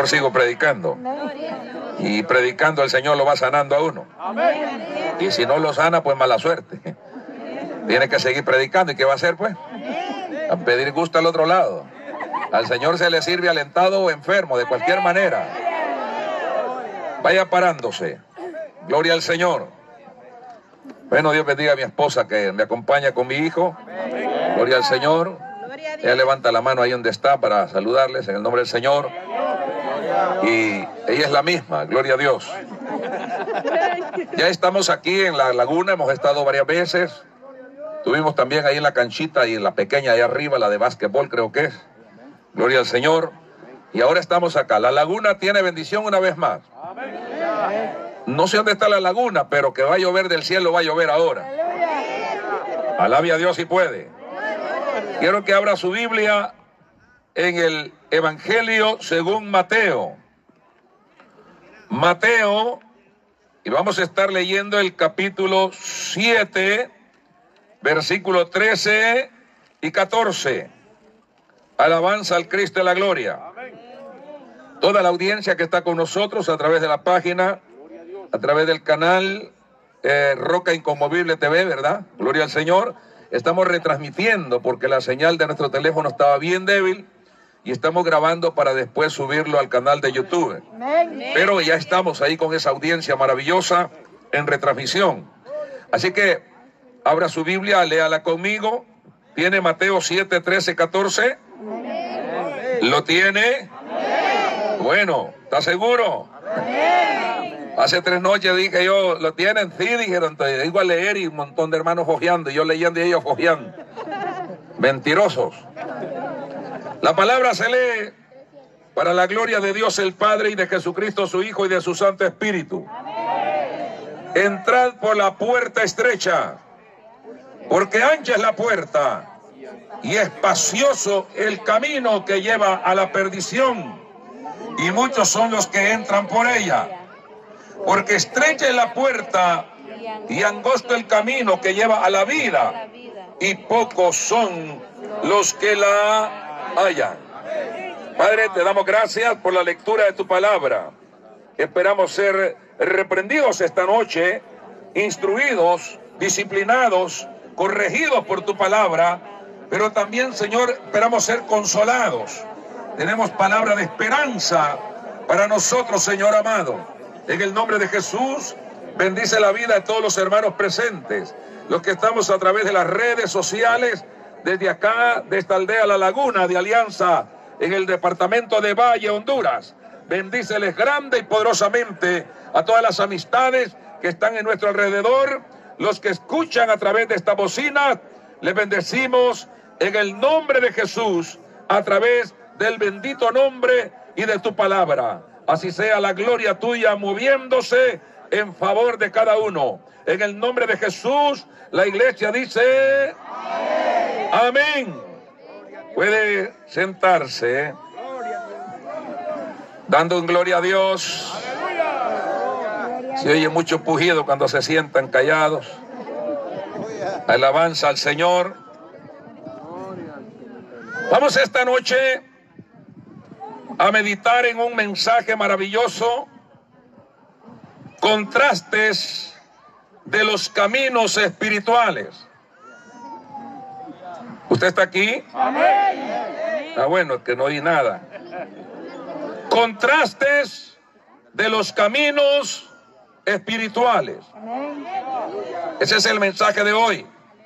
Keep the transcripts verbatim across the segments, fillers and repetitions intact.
Mejor sigo predicando. Y predicando el Señor lo va sanando a uno. Y si no lo sana, pues mala suerte. Tiene que seguir predicando. ¿Y qué va a hacer, pues? A pedir gusto al otro lado. Al Señor se le sirve alentado o enfermo, de cualquier manera. Vaya parándose. Gloria al Señor. Bueno, Dios bendiga a mi esposa que me acompaña con mi hijo. Gloria al Señor. Ella levanta la mano ahí donde está para saludarles en el nombre del Señor. Y ella es la misma, gloria a Dios. Ya estamos aquí en la laguna, hemos estado varias veces. Estuvimos también ahí en la canchita y en la pequeña ahí arriba, la de básquetbol creo que es. Gloria al Señor. Y ahora estamos acá. La laguna tiene bendición una vez más. No sé dónde está la laguna, pero que va a llover del cielo, va a llover ahora. Alabe a Dios si puede. Quiero que abra su Biblia en el Evangelio según Mateo. Mateo, y vamos a estar leyendo el capítulo siete, versículo trece y catorce. Alabanza al Cristo de la gloria. Toda la audiencia que está con nosotros a través de la página, a través del canal eh, Roca Inconmovible T V, ¿verdad? Gloria al Señor. Estamos retransmitiendo porque la señal de nuestro teléfono estaba bien débil y estamos grabando para después subirlo al canal de YouTube. Pero ya estamos ahí con esa audiencia maravillosa en retransmisión. Así que abra su Biblia, léala conmigo. ¿Tiene Mateo siete, trece, catorce? ¿Lo tiene? Bueno, ¿está seguro? Hace tres noches dije yo, ¿lo tienen? Sí, dijeron, entonces digo a leer y un montón de hermanos fojeando, y yo leyendo y ellos fojeando. Mentirosos. La palabra se lee para la gloria de Dios el Padre y de Jesucristo su Hijo y de su Santo Espíritu. Entrad por la puerta estrecha, porque ancha es la puerta y espacioso el camino que lleva a la perdición, y muchos son los que entran por ella. Porque estrecha es la puerta y angosto el camino que lleva a la vida, y pocos son los que la hallan. Padre, te damos gracias por la lectura de tu palabra. Esperamos ser reprendidos esta noche, instruidos, disciplinados, corregidos por tu palabra, pero también, Señor, esperamos ser consolados. Tenemos palabra de esperanza para nosotros, Señor amado. En el nombre de Jesús, bendice la vida de todos los hermanos presentes, los que estamos a través de las redes sociales, desde acá, de esta aldea La Laguna de Alianza, en el departamento de Valle, Honduras. Bendíceles grande y poderosamente a todas las amistades que están en nuestro alrededor, los que escuchan a través de esta bocina. Les bendecimos en el nombre de Jesús, a través del bendito nombre y de tu palabra. Así sea la gloria tuya moviéndose en favor de cada uno. En el nombre de Jesús, la iglesia dice amén. Amén. Puede sentarse, dando en gloria a Dios. Se oye mucho pujido cuando se sientan callados. Alabanza al Señor. Vamos esta noche a meditar en un mensaje maravilloso: contrastes de los caminos espirituales. ¿Usted está aquí? Amén. Ah, bueno, es que no oí nada. Contrastes de los caminos espirituales. Ese es el mensaje de hoy.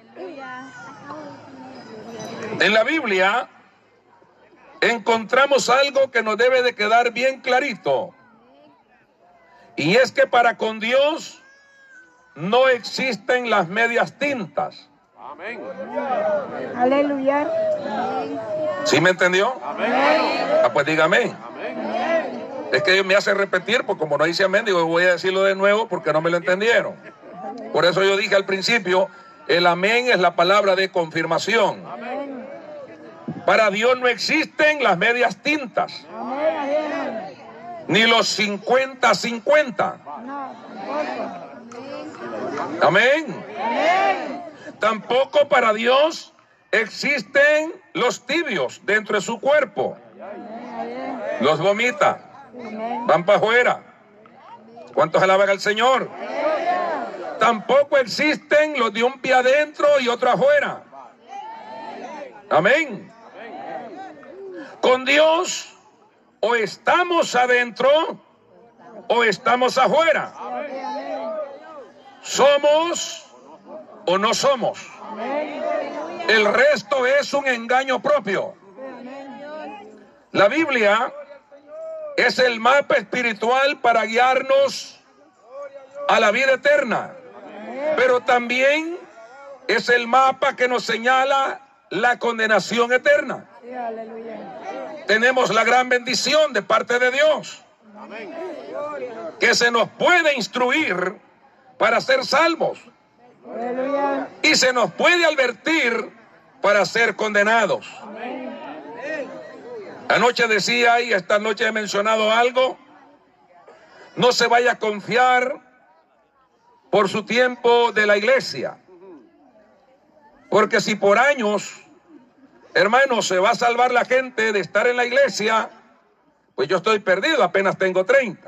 En la Biblia encontramos algo que nos debe de quedar bien clarito, y es que para con Dios no existen las medias tintas. Amén. Aleluya. ¿Sí me entendió? Amén. Ah, pues dígame. Amén. Es que me hace repetir, porque como no dice amén, digo, voy a decirlo de nuevo porque no me lo entendieron. Por eso yo dije al principio, el amén es la palabra de confirmación. Amén. Para Dios no existen las medias tintas. Amén. Ni los cincuenta cincuenta. No, Amén. Amén. Tampoco para Dios existen los tibios dentro de su cuerpo. Los vomita. van para afuera. ¿Cuántos alaban al Señor? Tampoco existen los de un pie adentro y otro afuera. Amén. Con Dios o estamos adentro o estamos afuera. Somos o no somos. El resto es un engaño propio. La Biblia es el mapa espiritual para guiarnos a la vida eterna, pero también es el mapa que nos señala la condenación eterna. Tenemos la gran bendición de parte de Dios, que se nos puede instruir para ser salvos y se nos puede advertir para ser condenados. Anoche decía y esta noche he mencionado algo: no se vaya a confiar por su tiempo de la iglesia, porque si por años, hermano, se va a salvar la gente de estar en la iglesia, pues yo estoy perdido, apenas tengo treinta.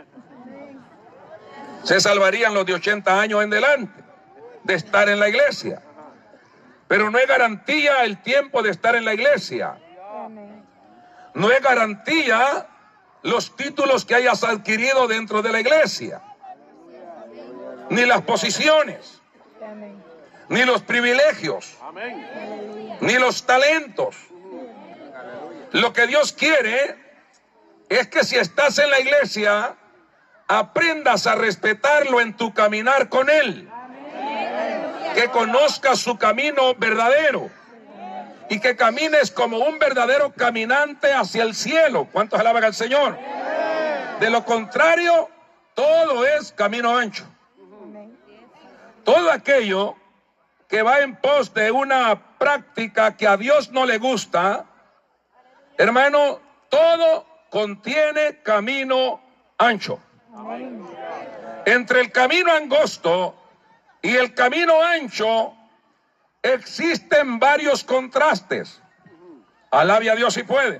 Se salvarían los de ochenta años en delante de estar en la iglesia, pero no es garantía el tiempo de estar en la iglesia. No es garantía los títulos que hayas adquirido dentro de la iglesia, ni las posiciones, ni los privilegios, ni los talentos. Lo que Dios quiere es que si estás en la iglesia, aprendas a respetarlo en tu caminar con Él, que conozcas su camino verdadero y que camines como un verdadero caminante hacia el cielo. ¿Cuántos alaban al Señor? De lo contrario, todo es camino ancho. Todo aquello que va en pos de una práctica que a Dios no le gusta, hermano, todo contiene camino ancho. Entre el camino angosto y el camino ancho existen varios contrastes. Alabe a Dios si puede.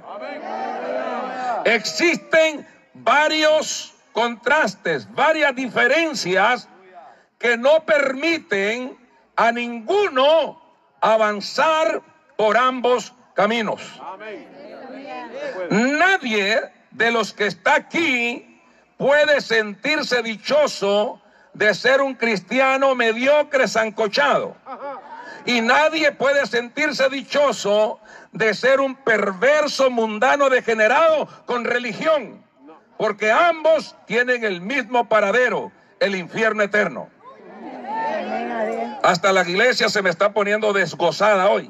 Existen varios contrastes, varias diferencias que no permiten a ninguno avanzar por ambos caminos. Nadie de los que está aquí puede sentirse dichoso de ser un cristiano mediocre, sancochado. Y nadie puede sentirse dichoso de ser un perverso, mundano, degenerado con religión, porque ambos tienen el mismo paradero, el infierno eterno. Hasta la iglesia se me está poniendo desgozada hoy.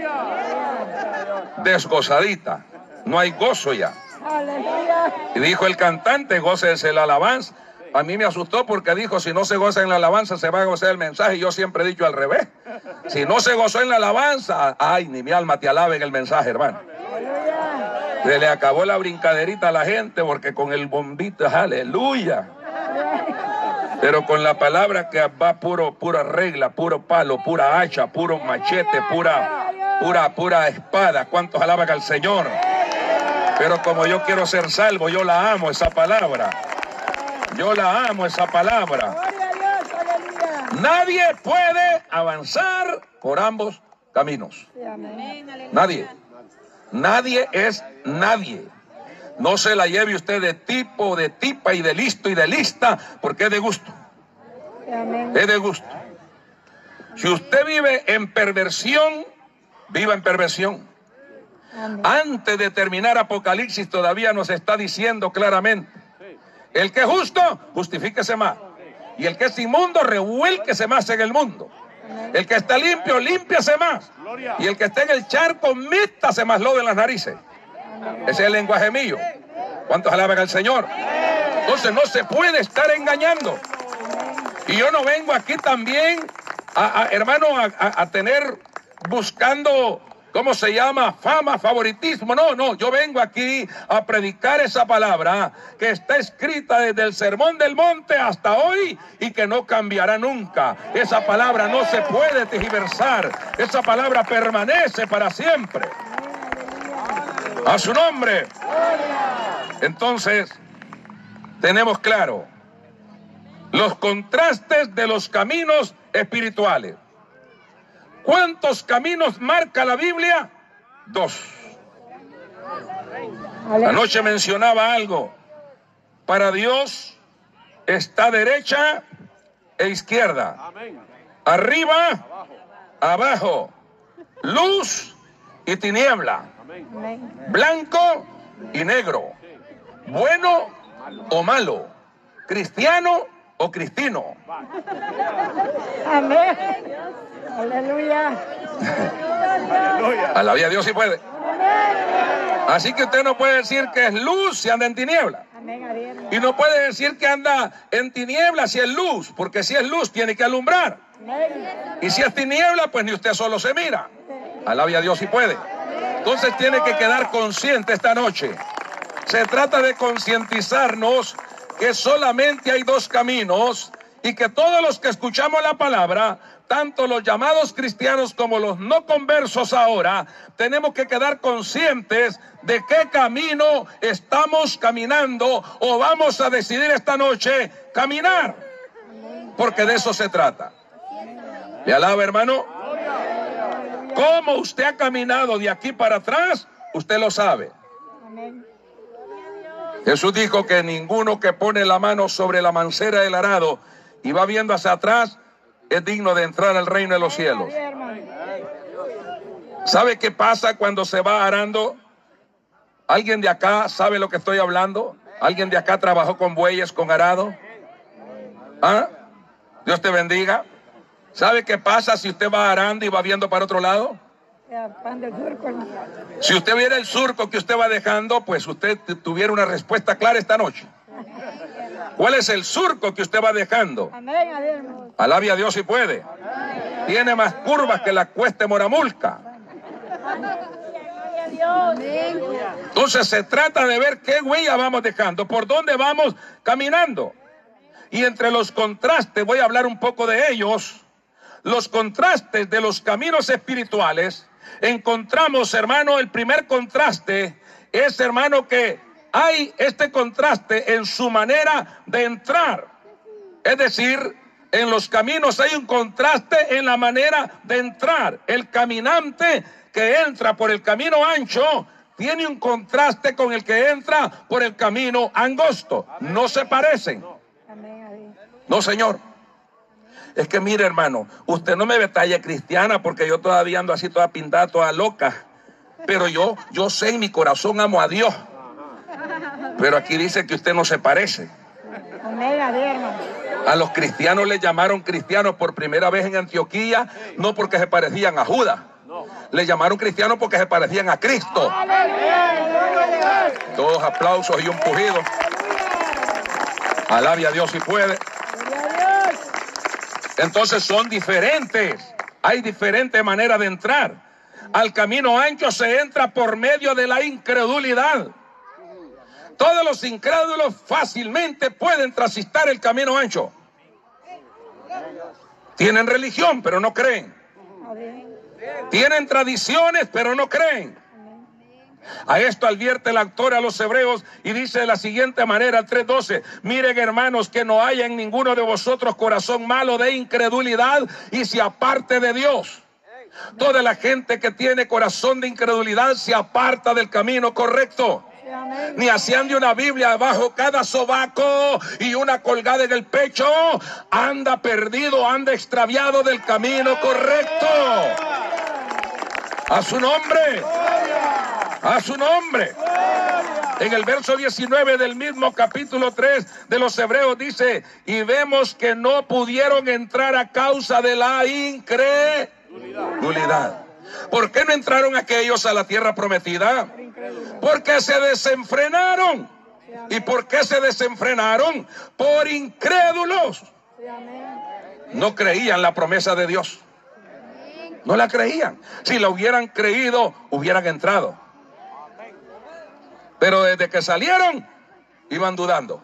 Desgozadita. No hay gozo ya. Y dijo el cantante: gócese la alabanza. A mí me asustó porque dijo: si no se goza en la alabanza, se va a gozar el mensaje. Y yo siempre he dicho al revés: si no se gozó en la alabanza, ay, ni mi alma te alabe en el mensaje, hermano. Se le acabó la brincaderita a la gente porque con el bombito, aleluya. Pero con la palabra que va puro, pura regla, puro palo, pura hacha, puro machete, pura, pura, pura espada. ¿Cuántos alaban al Señor? Pero como yo quiero ser salvo, yo la amo esa palabra. Yo la amo esa palabra. Nadie puede avanzar por ambos caminos. Nadie. Nadie es nadie. No se la lleve usted de tipo, de tipa y de listo y de lista, porque es de gusto. Es de gusto. Si usted vive en perversión, viva en perversión. Antes de terminar Apocalipsis todavía nos está diciendo claramente: el que es justo, justifíquese más. Y el que es inmundo, revuélquese más en el mundo. El que está limpio, límpiase más. Y el que está en el charco, métase más lodo en las narices. Ese es el lenguaje mío. ¿Cuántos alaban al Señor? Entonces no se puede estar engañando. Y yo no vengo aquí también, a, a, hermano, a, a, a tener, buscando, ¿cómo se llama? Fama, favoritismo. No, no, yo vengo aquí a predicar esa palabra que está escrita desde el Sermón del Monte hasta hoy y que no cambiará nunca. Esa palabra no se puede tergiversar. Esa palabra permanece para siempre. A su nombre. Entonces, tenemos claro los contrastes de los caminos espirituales. ¿Cuántos caminos marca la Biblia? Dos. Anoche mencionaba algo. Para Dios está derecha e izquierda, arriba, abajo, luz y tiniebla, blanco y negro, bueno o malo, cristiano o cristino. Amén. Aleluya. Alabía a Dios si puede. Así que usted no puede decir que es luz si anda en tiniebla. Y no puede decir que anda en tiniebla si es luz, porque si es luz tiene que alumbrar. Y si es tiniebla, pues ni usted solo se mira. Alabía a Dios si puede. Entonces tiene que quedar consciente esta noche. Se trata de concientizarnos que solamente hay dos caminos y que todos los que escuchamos la palabra, tanto los llamados cristianos como los no conversos ahora, tenemos que quedar conscientes de qué camino estamos caminando o vamos a decidir esta noche caminar, porque de eso se trata. ¿Le alaba, hermano? ¿Cómo usted ha caminado de aquí para atrás? Usted lo sabe. Jesús dijo que ninguno que pone la mano sobre la mancera del arado y va viendo hacia atrás es digno de entrar al reino de los cielos. ¿Sabe qué pasa cuando se va arando? ¿Alguien de acá sabe lo que estoy hablando? ¿Alguien de acá trabajó con bueyes, con arado? ¿Ah? Dios te bendiga. ¿Sabe qué pasa si usted va arando y va viendo para otro lado? Si usted viera el surco que usted va dejando, pues usted tuviera una respuesta clara esta noche. ¿Cuál es el surco que usted va dejando? Alabe a Dios si puede. Tiene más curvas que la cuesta de Moramulca. Entonces se trata de ver qué huella vamos dejando, por dónde vamos caminando. Y entre los contrastes, voy a hablar un poco de ellos, los contrastes de los caminos espirituales. Encontramos, hermano, el primer contraste es, hermano, que hay este contraste en su manera de entrar. Es decir, en los caminos hay un contraste en la manera de entrar. El caminante que entra por el camino ancho tiene un contraste con el que entra por el camino angosto. No se parecen. No, señor. Es que mire, hermano, usted no me ve talla cristiana porque yo todavía ando así toda pintada, toda loca. Pero yo, yo sé en mi corazón amo a Dios. Pero aquí dice que usted no se parece. A los cristianos les llamaron cristianos por primera vez en Antioquía, no porque se parecían a Judas. Le llamaron cristianos porque se parecían a Cristo. Todos aplausos y un pujido. Alabe a Dios si puede. Entonces son diferentes. Hay diferentes maneras de entrar. Al camino ancho se entra por medio de la incredulidad. Todos los incrédulos fácilmente pueden transitar el camino ancho. Tienen religión, pero no creen. Tienen tradiciones, pero no creen. A esto advierte el autor a los hebreos y dice de la siguiente manera, el tres doce, miren, hermanos, que no haya en ninguno de vosotros corazón malo de incredulidad y se aparte de Dios. Toda la gente que tiene corazón de incredulidad se aparta del camino correcto. Ni haciendo una Biblia bajo cada sobaco y una colgada en el pecho, anda perdido, anda extraviado del camino correcto. A su nombre. A su nombre. En el verso diecinueve del mismo capítulo tres de los Hebreos dice, y vemos que no pudieron entrar a causa de la incredulidad. ¿Por qué no entraron aquellos a la tierra prometida? Porque se desenfrenaron. ¿Y por qué se desenfrenaron? Por incrédulos. No creían la promesa de Dios. No la creían. Si la hubieran creído, hubieran entrado. Pero desde que salieron, iban dudando.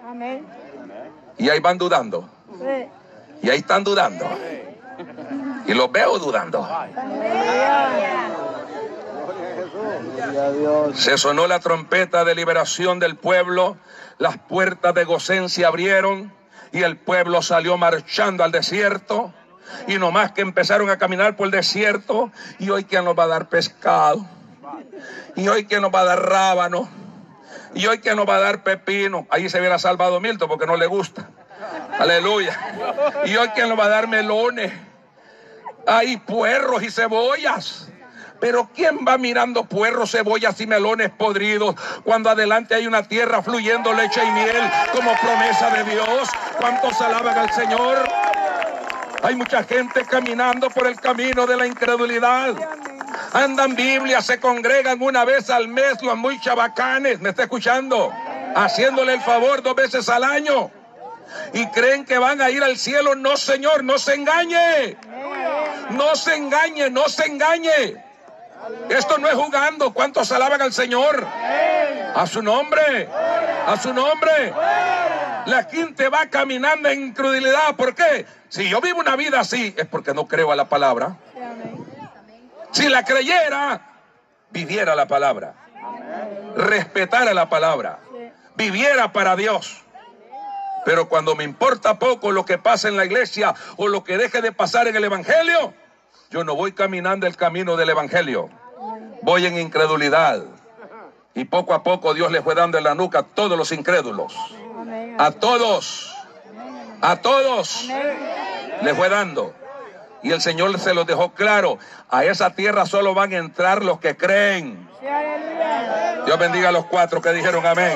Y ahí van dudando. Y ahí están dudando. Y los veo dudando. Se sonó la trompeta de liberación del pueblo, las puertas de Gosén se abrieron y el pueblo salió marchando al desierto. Y nomás que empezaron a caminar por el desierto, y hoy quién nos va a dar pescado, y hoy quién nos va a dar rábano, y hoy quién nos va a dar pepino. Ahí se hubiera salvado Milton porque no le gusta. Aleluya. Y hoy quién nos va a dar melones, hay puerros y cebollas. Pero ¿quién va mirando puerros, cebollas y melones podridos cuando adelante hay una tierra fluyendo leche y miel como promesa de Dios? ¿Cuántos alaban al Señor? Hay mucha gente caminando por el camino de la incredulidad. Andan Biblia, se congregan una vez al mes los muy chabacanes, ¿me está escuchando? Haciéndole el favor dos veces al año. Y creen que van a ir al cielo. No, señor, no se engañe. No se engañe, no se engañe. Esto no es jugando. ¿Cuántos alaban al Señor? A su nombre, a su nombre. La gente va caminando en incredulidad. ¿Por qué? Si yo vivo una vida así, es porque no creo a la palabra. Si la creyera, viviera la palabra, respetara la palabra, viviera para Dios. Pero cuando me importa poco lo que pasa en la iglesia o lo que deje de pasar en el evangelio, yo no voy caminando el camino del evangelio, voy en incredulidad. Y poco a poco Dios le fue dando en la nuca a todos los incrédulos. A todos, a todos le fue dando. Y el Señor se los dejó claro. A esa tierra solo van a entrar los que creen. Dios bendiga a los cuatro que dijeron amén.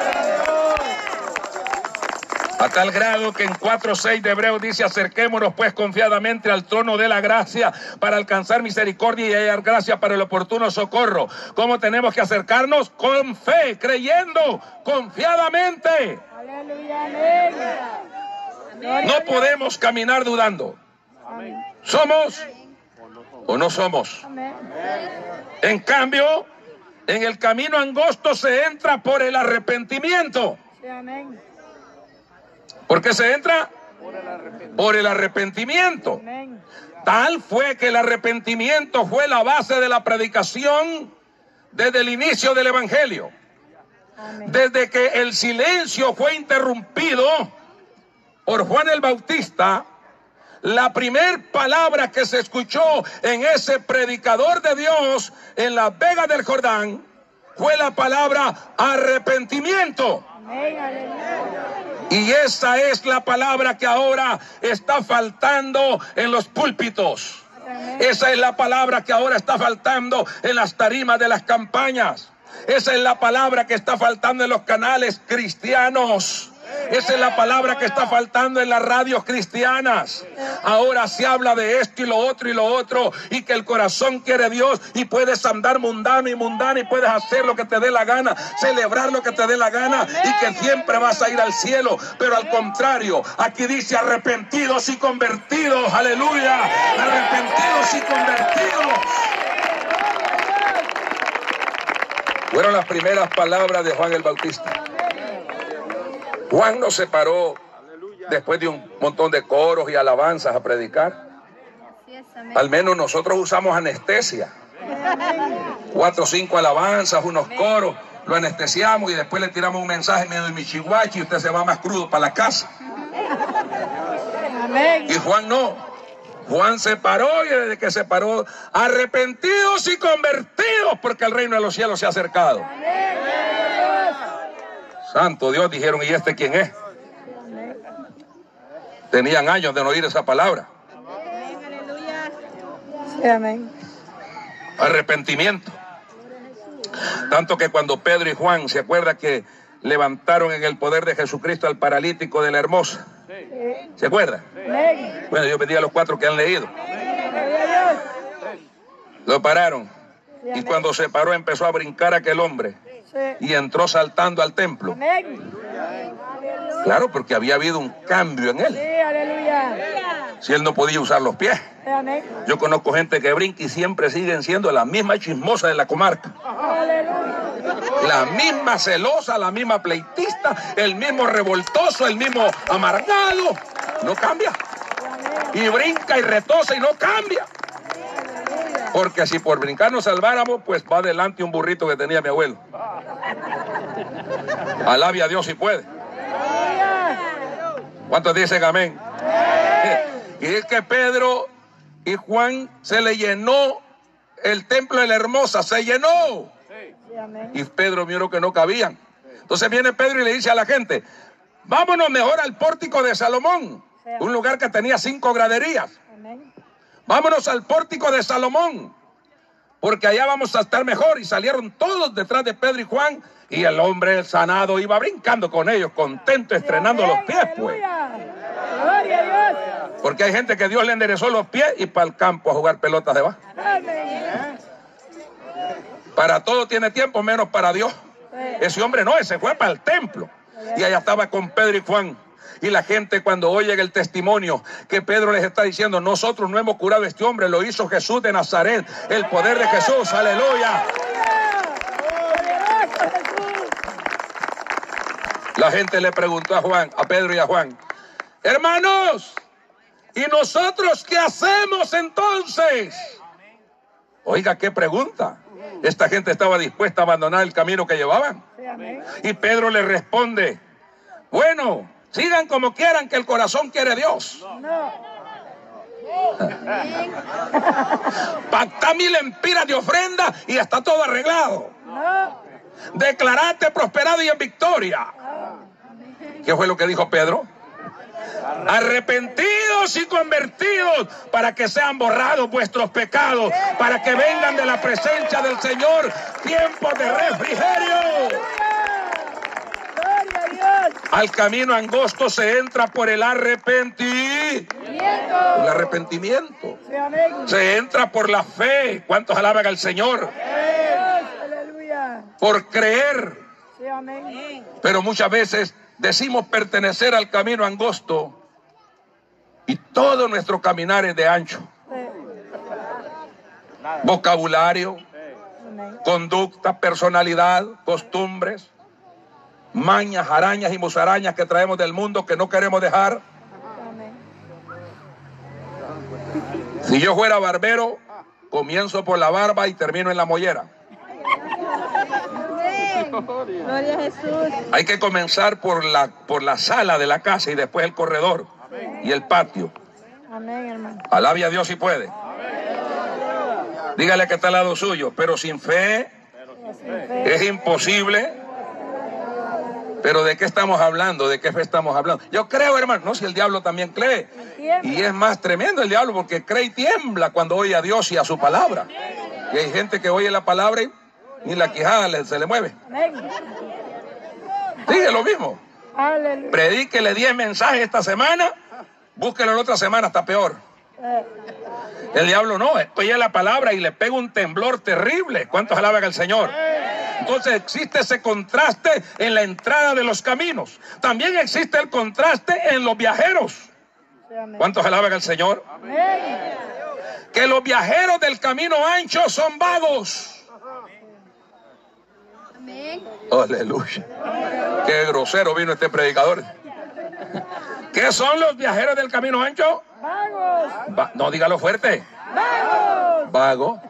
A tal grado que en cuatro seis de Hebreos dice: acerquémonos pues confiadamente al trono de la gracia para alcanzar misericordia y hallar gracia para el oportuno socorro. ¿Cómo tenemos que acercarnos? Con fe, creyendo, confiadamente. No podemos caminar dudando. ¿Somos o no somos? En cambio, en el camino angosto se entra por el arrepentimiento. ¿Por qué se entra? Por el arrepentimiento. Tal fue que el arrepentimiento fue la base de la predicación desde el inicio del evangelio. Desde que el silencio fue interrumpido por Juan el Bautista, la primer palabra que se escuchó en ese predicador de Dios en las vegas del Jordán fue la palabra arrepentimiento. Y esa es la palabra que ahora está faltando en los púlpitos. Esa es la palabra que ahora está faltando en las tarimas de las campañas. Esa es la palabra que está faltando en los canales cristianos. Esa es la palabra que está faltando en las radios cristianas. Ahora se habla de esto y lo otro y lo otro, y que el corazón quiere Dios, y puedes andar mundano y mundano y puedes hacer lo que te dé la gana, celebrar lo que te dé la gana, y que siempre vas a ir al cielo. Pero al contrario, aquí dice arrepentidos y convertidos. Aleluya, arrepentidos y convertidos. Fueron las primeras palabras de Juan el Bautista. Juan no se paró después de un montón de coros y alabanzas a predicar. Al menos nosotros usamos anestesia. Cuatro o cinco alabanzas, unos coros, lo anestesiamos y después le tiramos un mensaje medio de michihuachi y usted se va más crudo para la casa. Y Juan no. Juan se paró, y desde que se paró, arrepentidos y convertidos, porque el reino de los cielos se ha acercado. Santo Dios, dijeron, ¿y este quién es? Tenían años de no oír esa palabra. Sí, amén. Arrepentimiento. Tanto que cuando Pedro y Juan, ¿se acuerda que levantaron en el poder de Jesucristo al paralítico de la Hermosa? ¿Se acuerda? Bueno, yo pedí a los cuatro que han leído. Lo pararon. Y cuando se paró empezó a brincar aquel hombre. Y entró saltando al templo. Claro, porque había habido un cambio en él. Si él no podía usar los pies. Yo conozco gente que brinca y siempre siguen siendo la misma chismosa de la comarca. La misma celosa, la misma pleitista, el mismo revoltoso, el mismo amargado. No cambia. Y brinca y retosa y no cambia. Porque si por brincar nos salváramos, pues va adelante un burrito que tenía mi abuelo. Alabe a Dios si puede. ¿Cuántos dicen amén? Y es que Pedro y Juan se le llenó el templo de la Hermosa, se llenó. Y Pedro miró que no cabían. Entonces viene Pedro y le dice a la gente: vámonos mejor al pórtico de Salomón, un lugar que tenía cinco graderías. Vámonos al pórtico de Salomón, porque allá vamos a estar mejor. Y salieron todos detrás de Pedro y Juan, y el hombre sanado iba brincando con ellos, contento, estrenando los pies, pues. Porque hay gente que Dios le enderezó los pies y para el campo a jugar pelotas de básquet. Para todo tiene tiempo, menos para Dios. Ese hombre no, ese fue para el templo. Y allá estaba con Pedro y Juan. Y la gente, cuando oye el testimonio que Pedro les está diciendo: nosotros no hemos curado a este hombre, lo hizo Jesús de Nazaret, el poder de Jesús, aleluya. La gente le preguntó a Juan, a Pedro y a Juan: hermanos, ¿y nosotros qué hacemos entonces? Oiga, qué pregunta. Esta gente estaba dispuesta a abandonar el camino que llevaban. Y Pedro le responde: bueno, sigan como quieran, que el corazón quiere Dios. Pacta mil empiras de ofrenda y está todo arreglado. Declarate prosperado y en victoria. ¿Qué fue lo que dijo Pedro? Arrepentidos y convertidos, para que sean borrados vuestros pecados, para que vengan de la presencia del Señor tiempos de refrigerio. Al camino angosto se entra por el arrepentimiento. El arrepentimiento. Se entra por la fe. ¿Cuántos alaban al Señor? Por creer. Pero muchas veces decimos pertenecer al camino angosto y todo nuestro caminar es de ancho. Vocabulario, conducta, personalidad, costumbres, mañas, arañas y musarañas que traemos del mundo que no queremos dejar. Si yo fuera barbero, comienzo por la barba y termino en la mollera. Gloria a Jesús. Hay que comenzar por la, por la sala de la casa y después el corredor y el patio. Amén, hermano. Alabe a Dios si puede. Dígale que está al lado suyo. Pero sin fe es imposible. Pero ¿de qué estamos hablando? ¿De qué fe estamos hablando? Yo creo, hermano. No, si el diablo también cree. Y es más tremendo el diablo, porque cree y tiembla cuando oye a Dios y a su palabra. Y hay gente que oye la palabra y ni la quijada le, se le mueve. Sigue lo mismo. Aleluya. Predíquele diez mensajes esta semana, búsquelo la otra semana, está peor. El diablo no, oye la palabra y le pega un temblor terrible. ¿Cuántos alaban al Señor? Entonces existe ese contraste en la entrada de los caminos. También existe el contraste en los viajeros. ¿Cuántos alaban al Señor? Que los viajeros del camino ancho son vagos. Aleluya. Qué grosero vino este predicador. ¿Qué son los viajeros del camino ancho? Vagos. Va, no, dígalo fuerte. Vagos. Vago.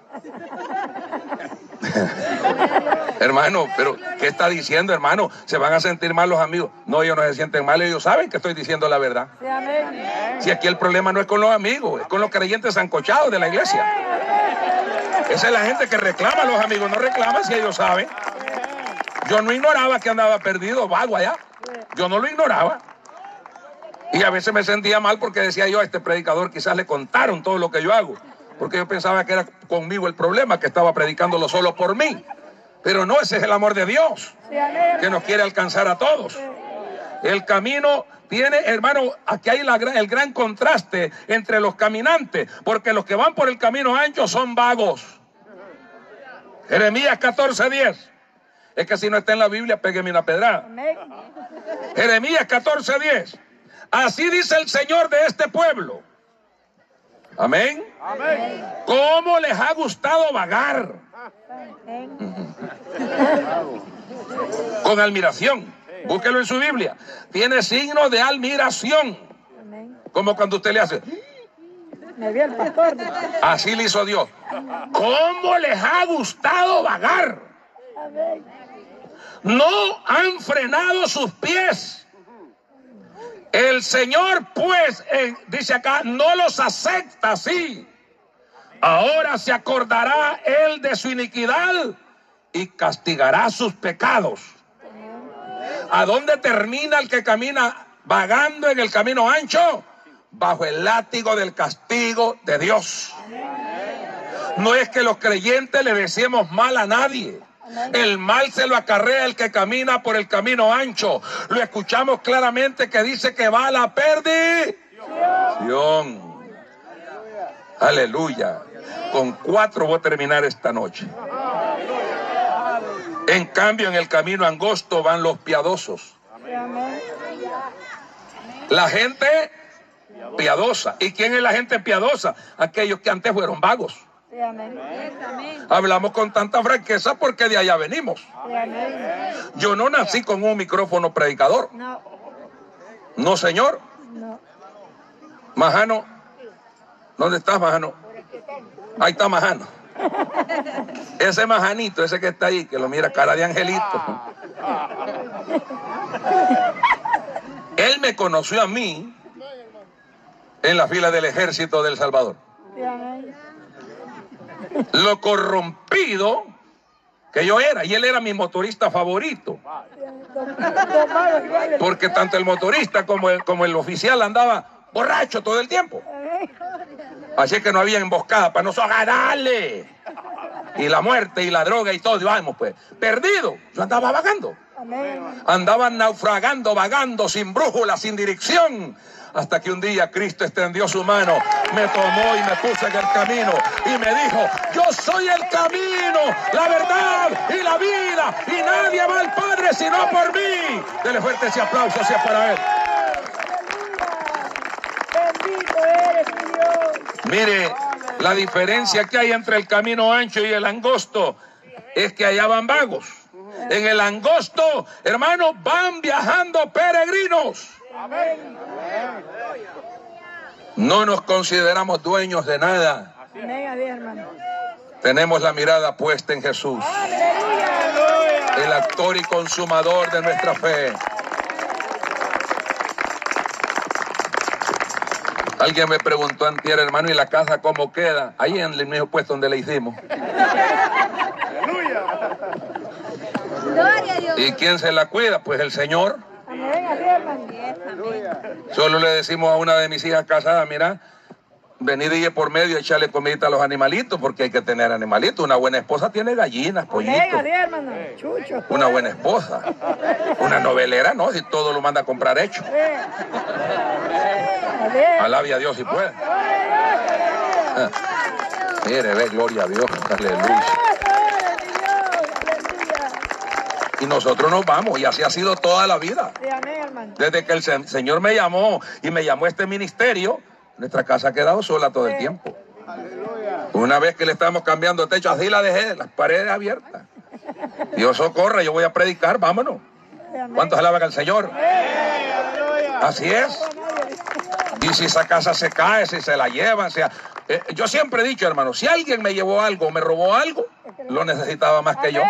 Hermano, pero ¿qué está diciendo, hermano? ¿Se van a sentir mal los amigos? No, ellos no se sienten mal, ellos saben que estoy diciendo la verdad. Sí, amén. Si aquí el problema no es con los amigos, es con los creyentes zancochados de la iglesia. Esa es la gente que reclama a los amigos, no reclama si ellos saben. Yo no ignoraba que andaba perdido, vago allá. Yo no lo ignoraba. Y a veces me sentía mal porque decía yo, a este predicador quizás le contaron todo lo que yo hago. Porque yo pensaba que era conmigo el problema, que estaba predicándolo solo por mí. Pero no, ese es el amor de Dios, que nos quiere alcanzar a todos. El camino tiene, hermano, aquí hay la, el gran contraste entre los caminantes, porque los que van por el camino ancho son vagos. Jeremías catorce diez. Es que si no está en la Biblia, pégueme una pedrada. Jeremías catorce diez. Así dice el Señor de este pueblo. Amén. Amén. ¿Cómo les ha gustado vagar? Con admiración. Búsquelo en su Biblia. Tiene signo de admiración. Como cuando usted le hace. Me vio el pastor. Así le hizo Dios. ¿Cómo les ha gustado vagar? No han frenado sus pies. El Señor, pues, eh, dice acá, no los acepta así. Ahora se acordará Él de su iniquidad y castigará sus pecados. ¿A dónde termina el que camina vagando en el camino ancho? Bajo el látigo del castigo de Dios. No es que los creyentes le deseemos mal a nadie. El mal se lo acarrea el que camina por el camino ancho. Lo escuchamos claramente que dice que va a la perdición. Aleluya. Con cuatro voy a terminar esta noche. En cambio, en el camino angosto van los piadosos. La gente piadosa. ¿Y quién es la gente piadosa? Aquellos que antes fueron vagos. Hablamos con tanta franqueza porque de allá venimos. Yo no nací con un micrófono predicador. No, señor. Majano, ¿dónde estás, Majano? Ahí está Majano. Ese Majanito, ese que está ahí, que lo mira cara de angelito. Él me conoció a mí en la fila del ejército de El Salvador. Lo corrompido que yo era, y él era mi motorista favorito, porque tanto el motorista como el, como el oficial andaba borracho todo el tiempo, así que no había emboscada para nosotros agarrarle, y la muerte y la droga y todo, vamos pues, perdido. Yo andaba vagando, andaba naufragando, vagando, sin brújula, sin dirección, hasta que un día Cristo extendió su mano, me tomó y me puso en el camino y me dijo: yo soy el camino, la verdad y la vida, y nadie va al Padre sino por mí. Dele fuerte ese aplauso, sea para él. Bendito eres, mi Dios. Mire, la diferencia que hay entre el camino ancho y el angosto es que allá van vagos. En el angosto, hermano, van viajando peregrinos. No nos consideramos dueños de nada. Tenemos la mirada puesta en Jesús, el actor y consumador de nuestra fe. Alguien me preguntó antier, hermano, ¿y la casa cómo queda? Ahí en el mismo puesto donde la hicimos. ¿Y quién se la cuida? Pues el Señor. Solo le decimos a una de mis hijas casadas: mira, venid y por medio y echarle comidita a los animalitos, porque hay que tener animalitos. Una buena esposa tiene gallinas, pollitos. Una buena esposa. Una novelera, no, si todo lo manda a comprar hecho. Alabe a Dios si puede. Ah, mire, ve, gloria a Dios, aleluya. Y nosotros nos vamos, y así ha sido toda la vida. Desde que el Señor me llamó y me llamó a este ministerio, nuestra casa ha quedado sola todo el tiempo. Una vez que le estamos cambiando el techo, así la dejé, las paredes abiertas. Dios socorre, yo voy a predicar, vámonos. ¿Cuántos alaban al Señor? Así es. Y si esa casa se cae, si se la llevan, o sea, eh, yo siempre he dicho, hermano, si alguien me llevó algo o me robó algo, lo necesitaba más que yo.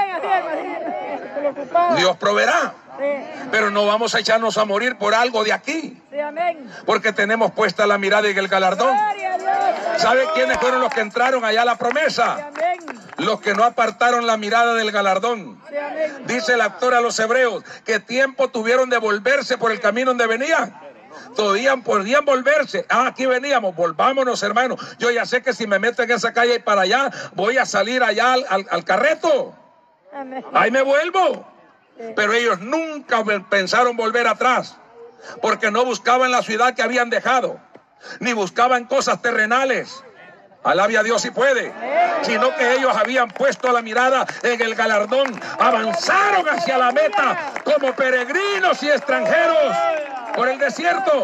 Dios proveerá. Pero no vamos a echarnos a morir por algo de aquí, porque tenemos puesta la mirada en el galardón. ¿Sabe quiénes fueron los que entraron allá a la promesa? Los que no apartaron la mirada del galardón. Dice el autor a los hebreos: ¿qué tiempo tuvieron de volverse por el camino donde venían? Todavía podían volverse. Ah, aquí veníamos, volvámonos, hermano. Yo ya sé que si me meto en esa calle y para allá, voy a salir allá al, al, al carreto. Ahí me vuelvo. Pero ellos nunca pensaron volver atrás, porque no buscaban la ciudad que habían dejado, ni buscaban cosas terrenales. Alabe a Dios si puede. Sino que ellos habían puesto la mirada en el galardón. Avanzaron hacia la meta como peregrinos y extranjeros por el desierto.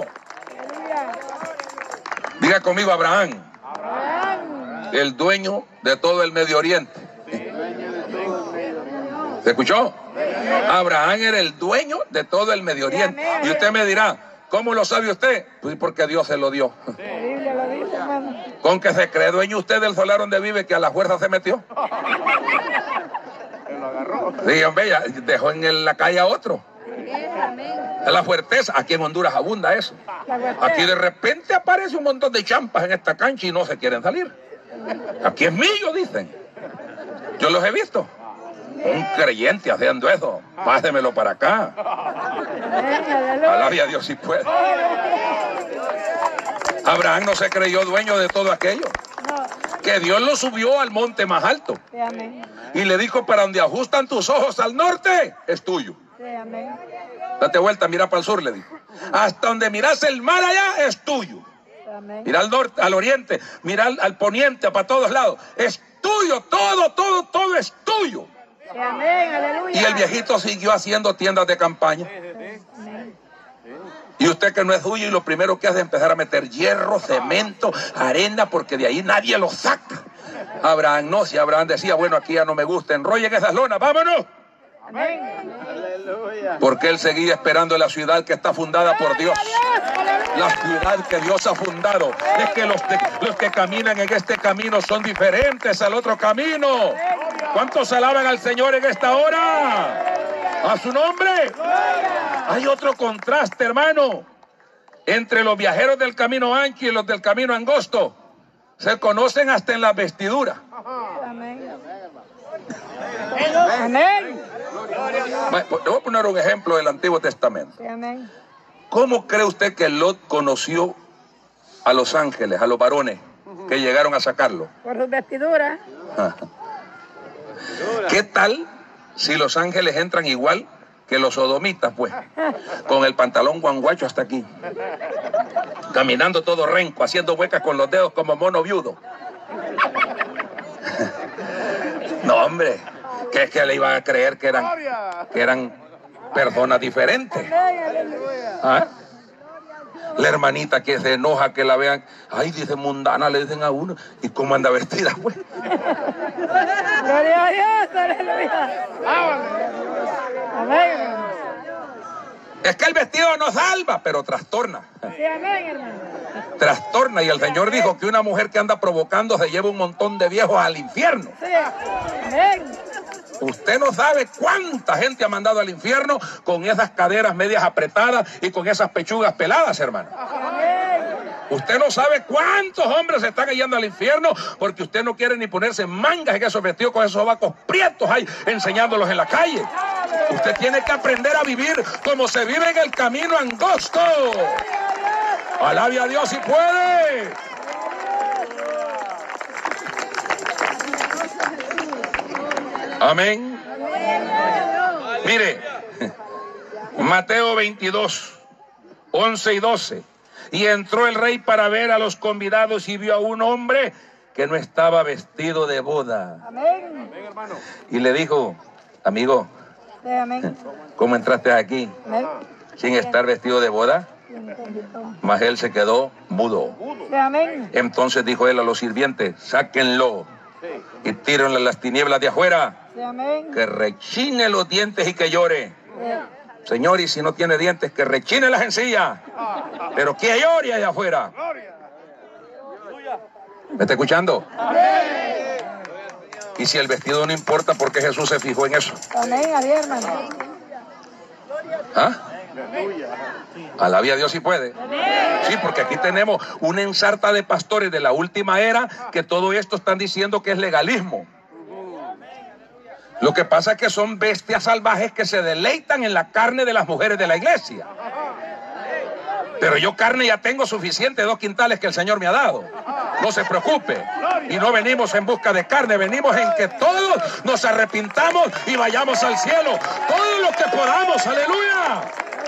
Diga conmigo: Abraham, el dueño de todo el Medio Oriente. ¿Se escuchó? Abraham era el dueño de todo el Medio Oriente. Y usted me dirá: ¿cómo lo sabe usted? Pues porque Dios se lo dio. Con que se cree dueño usted del solar donde vive, que a la fuerza se metió. Sí, hombre, ya dejó en la calle a otro. Es la fuerteza. Aquí en Honduras abunda eso. Aquí de repente aparece un montón de champas en esta cancha y no se quieren salir. Aquí es mío, dicen. Yo los he visto. Un creyente haciendo eso. Pásemelo para acá. Alabe a Dios si puede. Abraham no se creyó dueño de todo aquello. Que Dios lo subió al monte más alto. Y le dijo, para donde ajustan tus ojos al norte, es tuyo. Date vuelta, mira para el sur, le dijo. Hasta donde miras el mar allá, es tuyo. Mira al norte, al oriente, mira al, al poniente, para todos lados. Es tuyo, todo, todo, todo es tuyo. Y el viejito siguió haciendo tiendas de campaña. Y usted que no es suyo y lo primero que hace es empezar a meter hierro, cemento, arena, porque de ahí nadie lo saca. Abraham no, si Abraham decía, bueno, aquí ya no me gusta, enrollen esas lonas, vámonos. Porque él seguía esperando la ciudad que está fundada por Dios. La ciudad que Dios ha fundado. Es que los, de, los que caminan en este camino son diferentes al otro camino. ¿Cuántos alaban al Señor en esta hora? ¿A su nombre? Hay otro contraste, hermano, entre los viajeros del camino ancho y los del camino angosto. Se conocen hasta en la vestidura. Amén. Amén. Bueno, le voy a poner un ejemplo del Antiguo Testamento. Amén. ¿Cómo cree usted que Lot conoció a los ángeles, a los varones que llegaron a sacarlo? Por sus vestiduras. ¿Qué tal si los ángeles entran igual que los sodomitas, pues? Con el pantalón guanguacho hasta aquí. Caminando todo renco, haciendo huecas con los dedos como mono viudo. No, hombre, que es que le iban a creer que eran, que eran personas diferentes. ¿Ah? La hermanita que se enoja que la vean, ay, dice mundana, le dicen a uno, ¿y cómo anda vestida, pues? Gloria a Dios, aleluya. Amén. Es que el vestido no salva, pero trastorna. Sí, amén, hermano. Trastorna, y el Señor dijo que una mujer que anda provocando se lleva un montón de viejos al infierno. Sí, amén. Usted no sabe cuánta gente ha mandado al infierno con esas caderas medias apretadas y con esas pechugas peladas, hermano. Usted no sabe cuántos hombres se están yendo al infierno porque usted no quiere ni ponerse mangas en esos vestidos con esos sobacos prietos ahí enseñándolos en la calle. Usted tiene que aprender a vivir como se vive en el camino angosto. Alabe a Dios si puede. Amén. Mire, Mateo veintidós, once y doce. Y entró el rey para ver a los convidados y vio a un hombre que no estaba vestido de boda. Amén. Y le dijo, amigo, sí, amén. ¿Cómo entraste aquí? Amén. Sin estar vestido de boda. Mas él se quedó mudo. Sí, amén. Entonces dijo él a los sirvientes, sáquenlo y tírenle las tinieblas de afuera. Sí, amén. Que rechine los dientes y que llore. Sí. Señor, y si no tiene dientes, que rechine las encías. Pero que llore allá afuera. ¿Me está escuchando? Amén. Y si el vestido no importa, ¿por qué Jesús se fijó en eso? Amén, adiós, hermano. ¿Ah? Alabe a Dios si puede. Sí, porque aquí tenemos una ensarta de pastores de la última era que todo esto están diciendo que es legalismo. Lo que pasa es que son bestias salvajes que se deleitan en la carne de las mujeres de la iglesia. Pero yo carne ya tengo suficiente, dos quintales que el Señor me ha dado. No se preocupe. Y no venimos en busca de carne, venimos en que todos nos arrepintamos y vayamos al cielo. Todo lo que podamos, aleluya.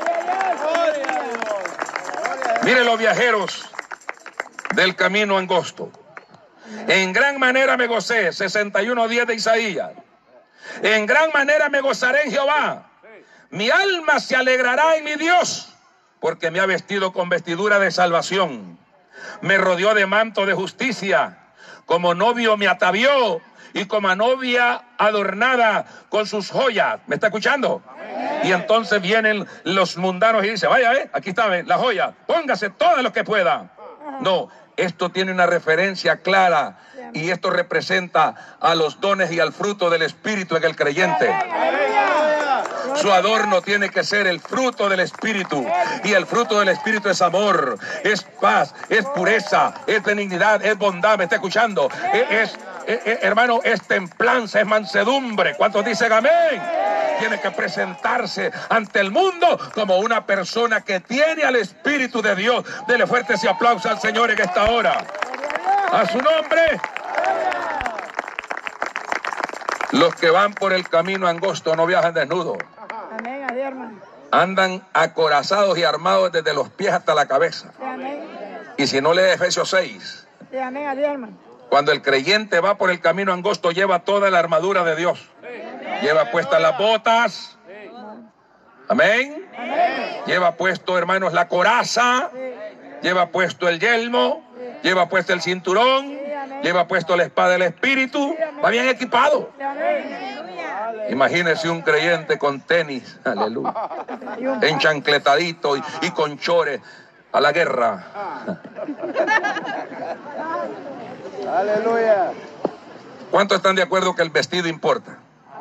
Mire los viajeros del camino angosto. En gran manera me gocé, sesenta y uno días de Isaías. En gran manera me gozaré en Jehová. Mi alma se alegrará en mi Dios, porque me ha vestido con vestidura de salvación. Me rodeó de manto de justicia. Como novio me atavió y como novia adornada con sus joyas. ¿Me está escuchando? Amén. Y entonces vienen los mundanos y dicen, vaya, eh, aquí está, eh, la joya. Póngase todo lo que pueda. No, esto tiene una referencia clara y esto representa a los dones y al fruto del Espíritu en el creyente. Su adorno tiene que ser el fruto del Espíritu, y el fruto del Espíritu es amor, es paz, es pureza, es benignidad, es bondad. ¿Me está escuchando? Es, es, es hermano, es templanza, es mansedumbre. ¿Cuántos dicen amén? Tiene que presentarse ante el mundo como una persona que tiene al Espíritu de Dios. Dele fuerte ese aplauso al Señor en esta hora. A su nombre. Los que van por el camino angosto no viajan desnudos. Amén, así, hermano. Andan acorazados y armados desde los pies hasta la cabeza. Sí, amén. Y si no lee Efesios seis, Sí, amén, así, hermano. cuando el creyente va por el camino angosto, lleva toda la armadura de Dios. Lleva puestas las botas. Amén. Amén. Lleva puesto, hermanos, la coraza. Lleva puesto el yelmo. Lleva puesto el cinturón. Lleva puesto la espada del Espíritu. Va bien equipado. Sí, amén. Imagínese un creyente con tenis, aleluya, enchancletadito y, y con chores a la guerra. Aleluya. ¿Cuántos están de acuerdo que el vestido importa?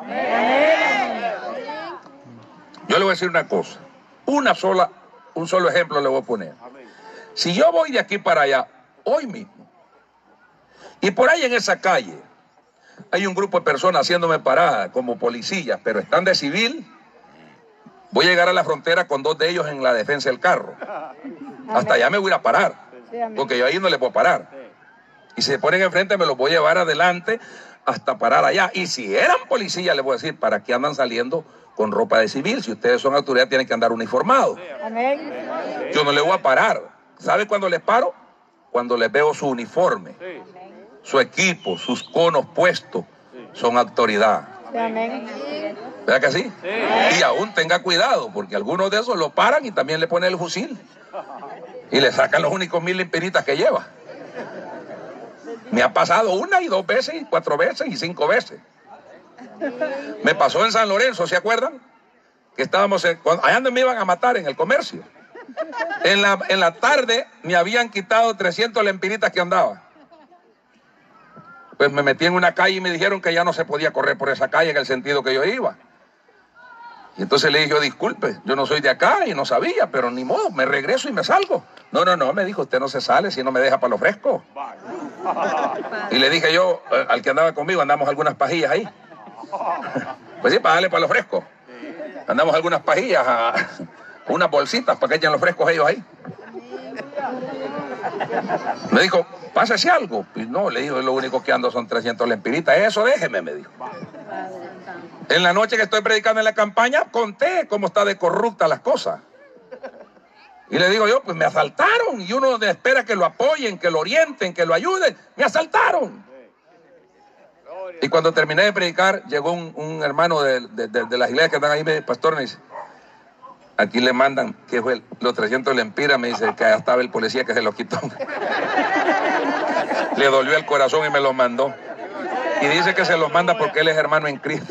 Yo le voy a decir una cosa, una sola, un solo ejemplo le voy a poner. Si yo voy de aquí para allá, hoy mismo, y por ahí en esa calle hay un grupo de personas haciéndome parada como policías, pero están de civil, voy a llegar a la frontera con dos de ellos en la defensa del carro. Hasta allá me voy a ir a parar, porque yo ahí no les puedo parar. Y si se ponen enfrente me los voy a llevar adelante hasta parar allá. Y si eran policías, les voy a decir, ¿para qué andan saliendo con ropa de civil? Si ustedes son autoridad, tienen que andar uniformados. Amén. Yo no les voy a parar. ¿Sabe cuándo les paro? Cuando les veo su uniforme, su equipo, sus conos puestos, son autoridad. Sí, amén. ¿Verdad que sí? Sí? Y aún tenga cuidado, porque algunos de esos lo paran y también le ponen el fusil. Y le sacan los únicos mil limpiritas que lleva. Me ha pasado una y dos veces, y cuatro veces, y cinco veces. Me pasó en San Lorenzo, ¿se acuerdan? Que estábamos, en, cuando, allá donde me iban a matar, en el comercio. En la, en la tarde me habían quitado trescientas lempiritas que andaba. Pues me metí en una calle y me dijeron que ya no se podía correr por esa calle en el sentido que yo iba. Y entonces le dije yo, disculpe, yo no soy de acá y no sabía, pero ni modo, me regreso y me salgo. No, no, no, me dijo, usted no se sale si no me deja para lo fresco. Y le dije yo, eh, al que andaba conmigo, andamos algunas pajillas ahí. Pues sí, para darle para lo fresco. Andamos algunas pajillas, a, unas bolsitas para que echen los frescos ellos ahí. Me dijo, pásese algo. Y no, le dijo, lo único que ando son trescientas lempiritas. Eso déjeme, me dijo. En la noche que estoy predicando en la campaña, conté cómo está de corrupta las cosas. Y le digo yo, pues me asaltaron. Y uno espera que lo apoyen, que lo orienten, que lo ayuden. Me asaltaron. Y cuando terminé de predicar, llegó un, un hermano de, de, de, de las iglesias que están ahí, me dice, pastor, me dice, aquí le mandan, que fue los trescientos lempiras, me dice, que allá estaba el policía que se los quitó. Le dolió el corazón y me los mandó. Y dice que se los manda porque él es hermano en Cristo.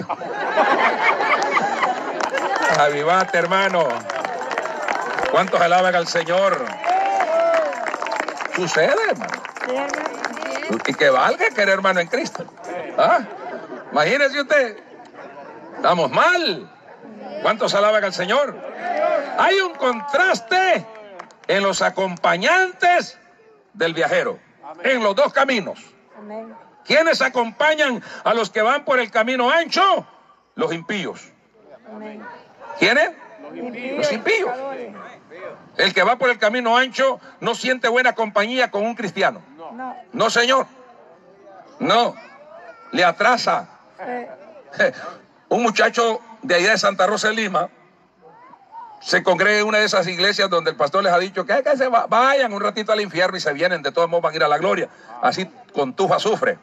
Avivate, hermano. ¿Cuántos alaban al Señor? Sucede, hermano. Sí, hermano. Y que valga que era hermano en Cristo. ¿Ah? Imagínese usted. Estamos mal. ¿Cuántos alaban al Señor? Hay un contraste en los acompañantes del viajero, en los dos caminos. Amén. ¿Quiénes acompañan a los que van por el camino ancho? Los impíos. Amén. ¿Quiénes? Impíos, Los impíos. pecadores. El que va por el camino ancho no siente buena compañía con un cristiano. No. No, señor. No. Le atrasa. Sí. Un muchacho de allá de Santa Rosa de Lima se congrega en una de esas iglesias donde el pastor les ha dicho que, que se va, vayan un ratito al infierno y se vienen, de todos modos van a ir a la gloria. Así con tufa sufre.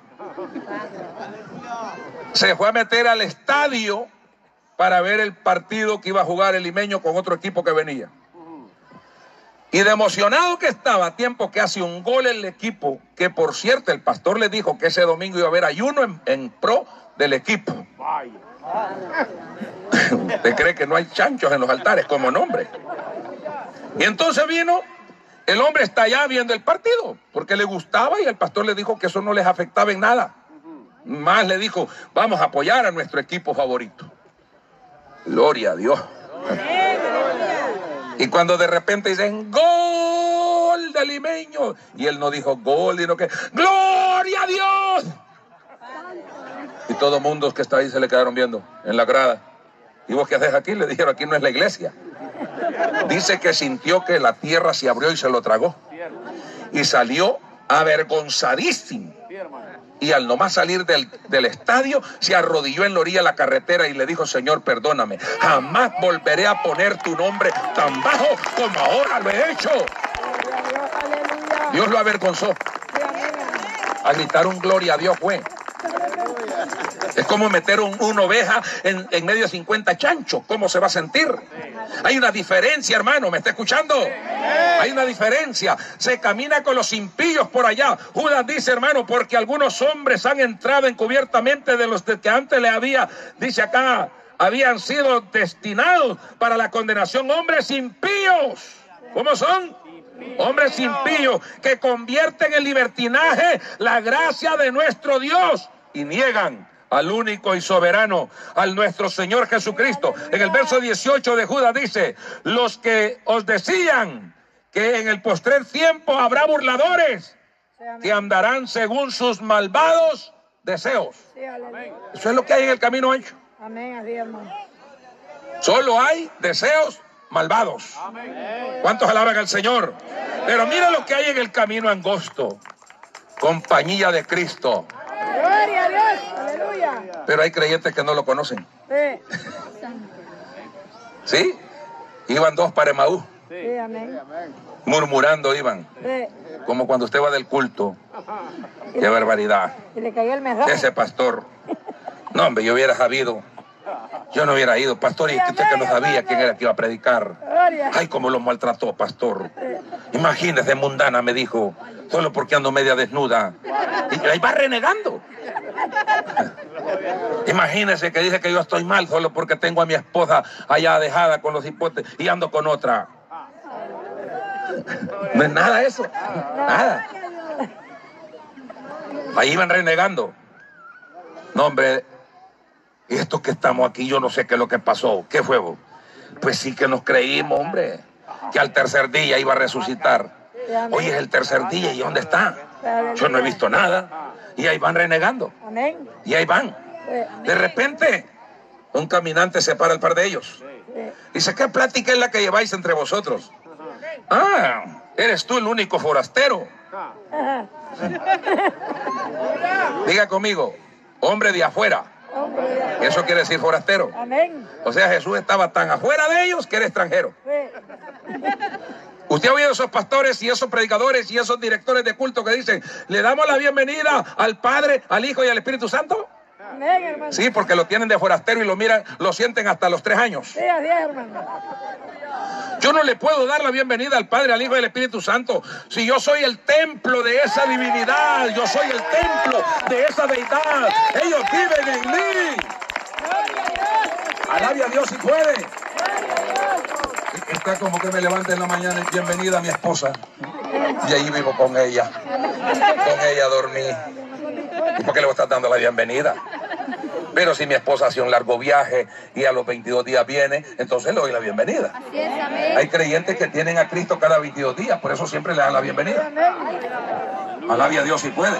Se fue a meter al estadio para ver el partido que iba a jugar el limeño con otro equipo que venía. Y de emocionado que estaba, a tiempo que hace un gol el equipo, que por cierto el pastor le dijo que ese domingo iba a haber ayuno en, en pro del equipo. ¿Usted cree que no hay chanchos en los altares como nombre? Y entonces vino el hombre está allá viendo el partido, porque le gustaba y el pastor le dijo que eso no les afectaba en nada. Más le dijo, vamos a apoyar a nuestro equipo favorito. Gloria a Dios. Y cuando de repente dicen, gol de Limeño, y él no dijo gol, sino que, ¡gloria a Dios! Y todo el mundo que está ahí se le quedaron viendo en la grada. ¿Y vos qué haces aquí? Le dijeron, aquí no es la iglesia. Dice que sintió que la tierra se abrió y se lo tragó. Y salió avergonzadísimo. Y al nomás salir del, del estadio, se arrodilló en la orilla de la carretera y le dijo, Señor, perdóname, jamás volveré a poner tu nombre tan bajo como ahora lo he hecho. Dios lo avergonzó. A gritar un gloria a Dios fue. Es como meter un, una oveja en, en medio de cincuenta chanchos. ¿Cómo se va a sentir? Hay una diferencia, hermano. ¿Me está escuchando? Hay una diferencia. Se camina con los impíos por allá. Judas dice, hermano, porque algunos hombres han entrado encubiertamente de los que antes le había, dice acá, habían sido destinados para la condenación. Hombres impíos. ¿Cómo son? Hombres impíos que convierten en libertinaje la gracia de nuestro Dios y niegan al único y soberano, al nuestro Señor Jesucristo. En el verso dieciocho de Judas dice, los que os decían que en el postrer tiempo habrá burladores que andarán según sus malvados deseos. Eso es lo que hay en el camino ancho. Solo hay deseos malvados. ¿Cuántos alaban al Señor? Pero mira lo que hay en el camino angosto. Compañía de Cristo. Gloria a Dios, aleluya. Pero hay creyentes que no lo conocen. Sí. ¿Sí? Iban dos para Emaús. Sí, amén. Murmurando iban. Sí. Como cuando usted va del culto. Qué barbaridad. Y le cayó el mensaje. Ese pastor. No, hombre, yo hubiera sabido. Yo no hubiera ido, pastor, y usted que no sabía quién era que iba a predicar. Ay, cómo lo maltrató, pastor. Imagínese, mundana, me dijo, solo porque ando media desnuda. Y ahí va renegando. Imagínese que dice que yo estoy mal solo porque tengo a mi esposa allá dejada con los hipotes y ando con otra. No es nada eso. Nada. Ahí iban renegando. No, hombre. Y estos que estamos aquí, yo no sé qué es lo que pasó. ¿Qué fue vos? Pues sí que nos creímos, hombre, que al tercer día iba a resucitar. Hoy es el tercer día, ¿y dónde está? Yo no he visto nada. Y ahí van renegando. Y ahí van. De repente, un caminante se para al par de ellos. Dice, ¿qué plática es la que lleváis entre vosotros? Ah, eres tú el único forastero. Diga conmigo, hombre de afuera. Eso quiere decir forastero. Amén. O sea, Jesús estaba tan afuera de ellos que era extranjero. Sí. Usted ha oído esos pastores y esos predicadores y esos directores de culto que dicen, le damos la bienvenida al Padre, al Hijo y al Espíritu Santo. Amén, hermano. Sí, porque lo tienen de forastero y lo miran, lo sienten hasta los tres años. Sí, así es, hermano. Yo no le puedo dar la bienvenida al Padre, al Hijo y al Espíritu Santo si yo soy el templo de esa divinidad, yo soy el templo de esa deidad. Ellos viven en mí. Alabe a Dios si puede. Está como que me levante en la mañana y bienvenida a mi esposa. Y ahí vivo con ella. Con ella dormí. ¿Y por qué le voy a estar dando la bienvenida? Pero si mi esposa hace un largo viaje y a los veintidós días viene, entonces le doy la bienvenida. Así es, amén. Hay creyentes que tienen a Cristo cada veintidós días, por eso siempre le dan la bienvenida. Alabe a Dios si puede.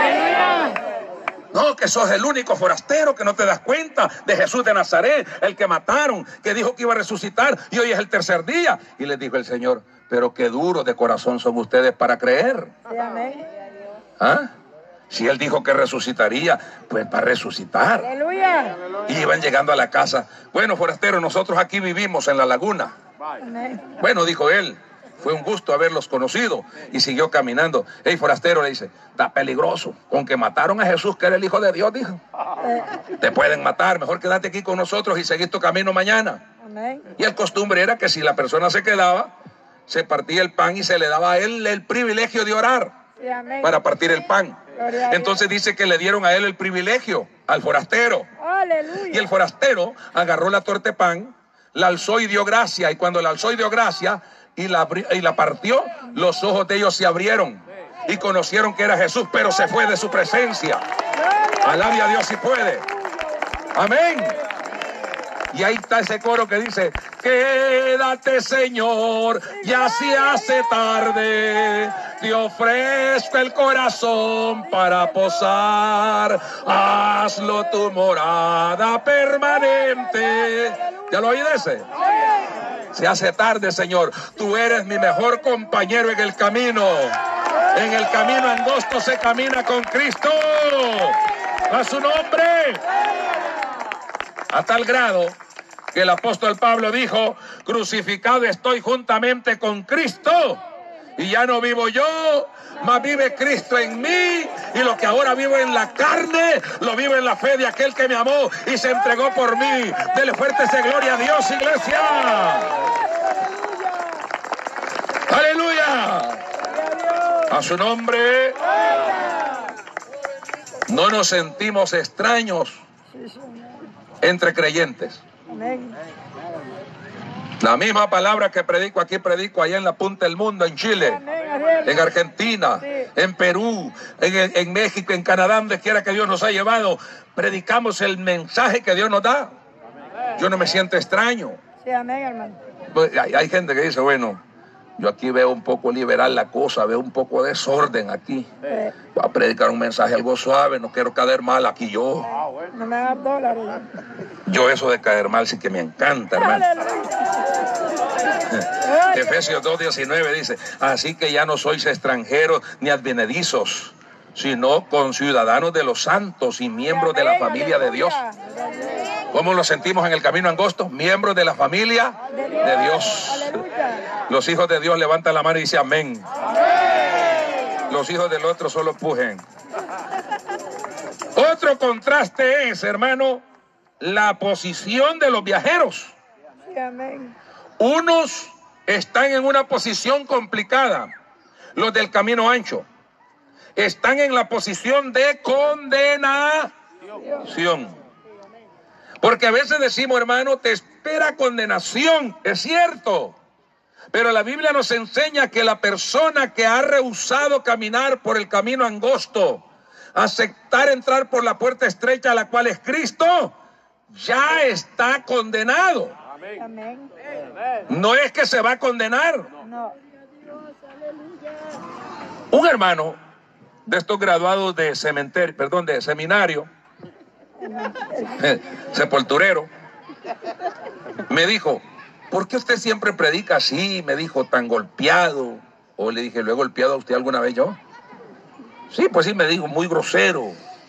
No, que sos el único forastero, que no te das cuenta de Jesús de Nazaret, el que mataron, que dijo que iba a resucitar y hoy es el tercer día. Y les dijo el Señor, pero qué duros de corazón son ustedes para creer. Sí, amén. ¿Ah? Si Él dijo que resucitaría, pues va a resucitar. Aleluya. Y iban llegando a la casa. Bueno, forastero, nosotros aquí vivimos en la laguna. Amén. Bueno, dijo él, fue un gusto haberlos conocido. Y siguió caminando. Hey, forastero, le dice, está peligroso. Con que mataron a Jesús, que era el Hijo de Dios, dijo. Eh, Te pueden matar, mejor quédate aquí con nosotros y seguir tu camino mañana. Amén. Y el costumbre era que si la persona se quedaba, se partía el pan y se le daba a él el privilegio de orar Sí, amén. para partir el pan. Gloria a Dios. Entonces dice que le dieron a él el privilegio, al forastero. Aleluya. Y el forastero agarró la torta de pan, la alzó y dio gracia. Y cuando la alzó y dio gracia, y la, y la partió, los ojos de ellos se abrieron y conocieron que era Jesús, pero se fue de su presencia. Alabe a Dios si puede. Amén. Y ahí está ese coro que dice: quédate, Señor, ya se hace tarde, te ofrezco el corazón para posar, hazlo tu morada permanente. ¿Ya lo oí de ese? Se hace tarde, Señor, tú eres mi mejor compañero en el camino. En el camino angosto se camina con Cristo. A su nombre. A tal grado que el apóstol Pablo dijo: crucificado estoy juntamente con Cristo, y ya no vivo yo, mas vive Cristo en mí, y lo que ahora vivo en la carne, lo vivo en la fe de aquel que me amó y se entregó por mí. Dele fuerte ese gloria a Dios, iglesia. Aleluya. A su nombre. No nos sentimos extraños entre creyentes. Amén. La misma palabra que predico aquí, predico allá en la punta del mundo, en Chile, en Argentina, en Perú, en, en México, en Canadá, donde quiera que Dios nos ha llevado. Predicamos el mensaje que Dios nos da. Yo no me siento extraño. Sí, amén, hermano. Hay, hay gente que dice: bueno, yo aquí veo un poco liberal la cosa, veo un poco de desorden aquí. Sí. Voy a predicar un mensaje algo suave, no quiero caer mal aquí yo. No me hagas dólares. Yo eso de caer mal sí que me encanta, hermano. Efesios dos diecinueve dice: así que ya no sois extranjeros ni advenedizos, sino conciudadanos de los santos y miembros de la familia de Dios. ¿Cómo lo sentimos en el camino angosto? Miembros de la familia de Dios. Los hijos de Dios levantan la mano y dicen amén. Los hijos del otro solo pujen. Otro contraste es, hermano, la posición de los viajeros. Sí, amén. Unos están en una posición complicada, los del camino ancho. Están en la posición de condenación. Porque a veces decimos, hermano, te espera condenación. Es cierto. Pero la Biblia nos enseña que la persona que ha rehusado caminar por el camino angosto, aceptar entrar por la puerta estrecha, la cual es Cristo, ya está condenado. Amén. No es que se va a condenar. No. Un hermano de estos graduados de cementerio, perdón, de seminario, sepulturero, me dijo: ¿por qué usted siempre predica así? Me dijo, tan golpeado. O le dije, ¿lo he golpeado a usted alguna vez yo? Sí, pues sí, me dijo, muy grosero.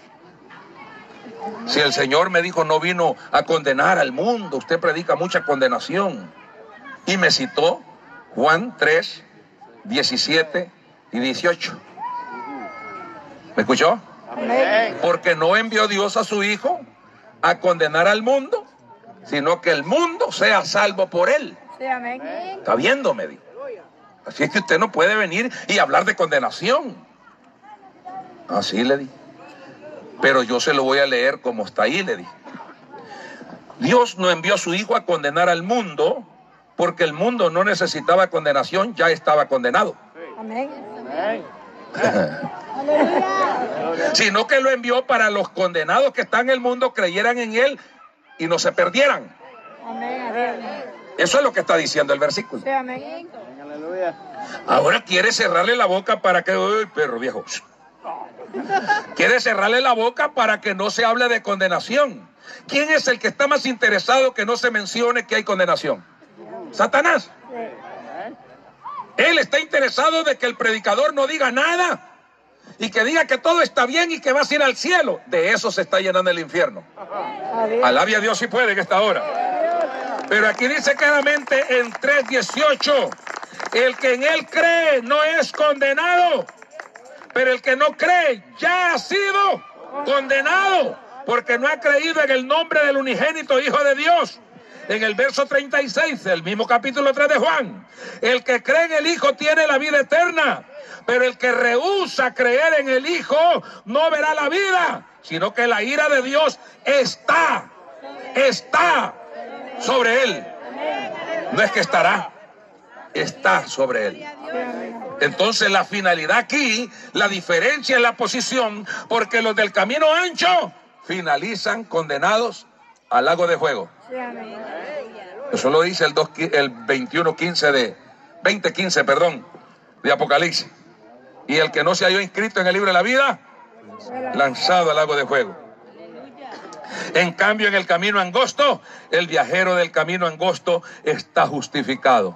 Si el Señor me dijo, no vino a condenar al mundo, usted predica mucha condenación. Y me citó Juan tres, diecisiete y dieciocho. ¿Me escuchó? Amén. Porque no envió Dios a su Hijo a condenar al mundo, sino que el mundo sea salvo por él. Sí, amén. ¿Está viendo? Me dijo. Así es que usted no puede venir y hablar de condenación. Así le dije. Pero yo se lo voy a leer como está ahí, le dije. Dios no envió a su Hijo a condenar al mundo, porque el mundo no necesitaba condenación, ya estaba condenado. Amén. Sino que lo envió para los condenados que están en el mundo creyeran en él y no se perdieran. Amén. Amén. Eso es lo que está diciendo el versículo. Sí, amén. Ahora quiere cerrarle la boca para que... ¡Uy, perro viejo! Quiere cerrarle la boca para que no se hable de condenación. ¿Quién es el que está más interesado que no se mencione que hay condenación? Satanás. Él está interesado de que el predicador no diga nada y que diga que todo está bien y que vas a ir al cielo. De eso se está llenando el infierno. Alabe a Dios si puede en esta hora. Pero aquí dice claramente en tres dieciocho, el que en él cree no es condenado, pero el que no cree ya ha sido condenado, porque no ha creído en el nombre del unigénito Hijo de Dios. En el verso treinta y seis del mismo capítulo tres de Juan, el que cree en el Hijo tiene la vida eterna, pero el que rehúsa creer en el Hijo no verá la vida, sino que la ira de Dios está, está sobre él. No es que estará, está sobre él. Entonces la finalidad aquí, la diferencia en la posición, porque los del camino ancho finalizan condenados al lago de fuego. Eso lo dice el, dos, el veintiuno quince de veinte quince, perdón, de Apocalipsis. Y el que no se halló inscrito en el libro de la vida, lanzado al lago de fuego. En cambio, en el camino angosto, el viajero del camino angosto está justificado.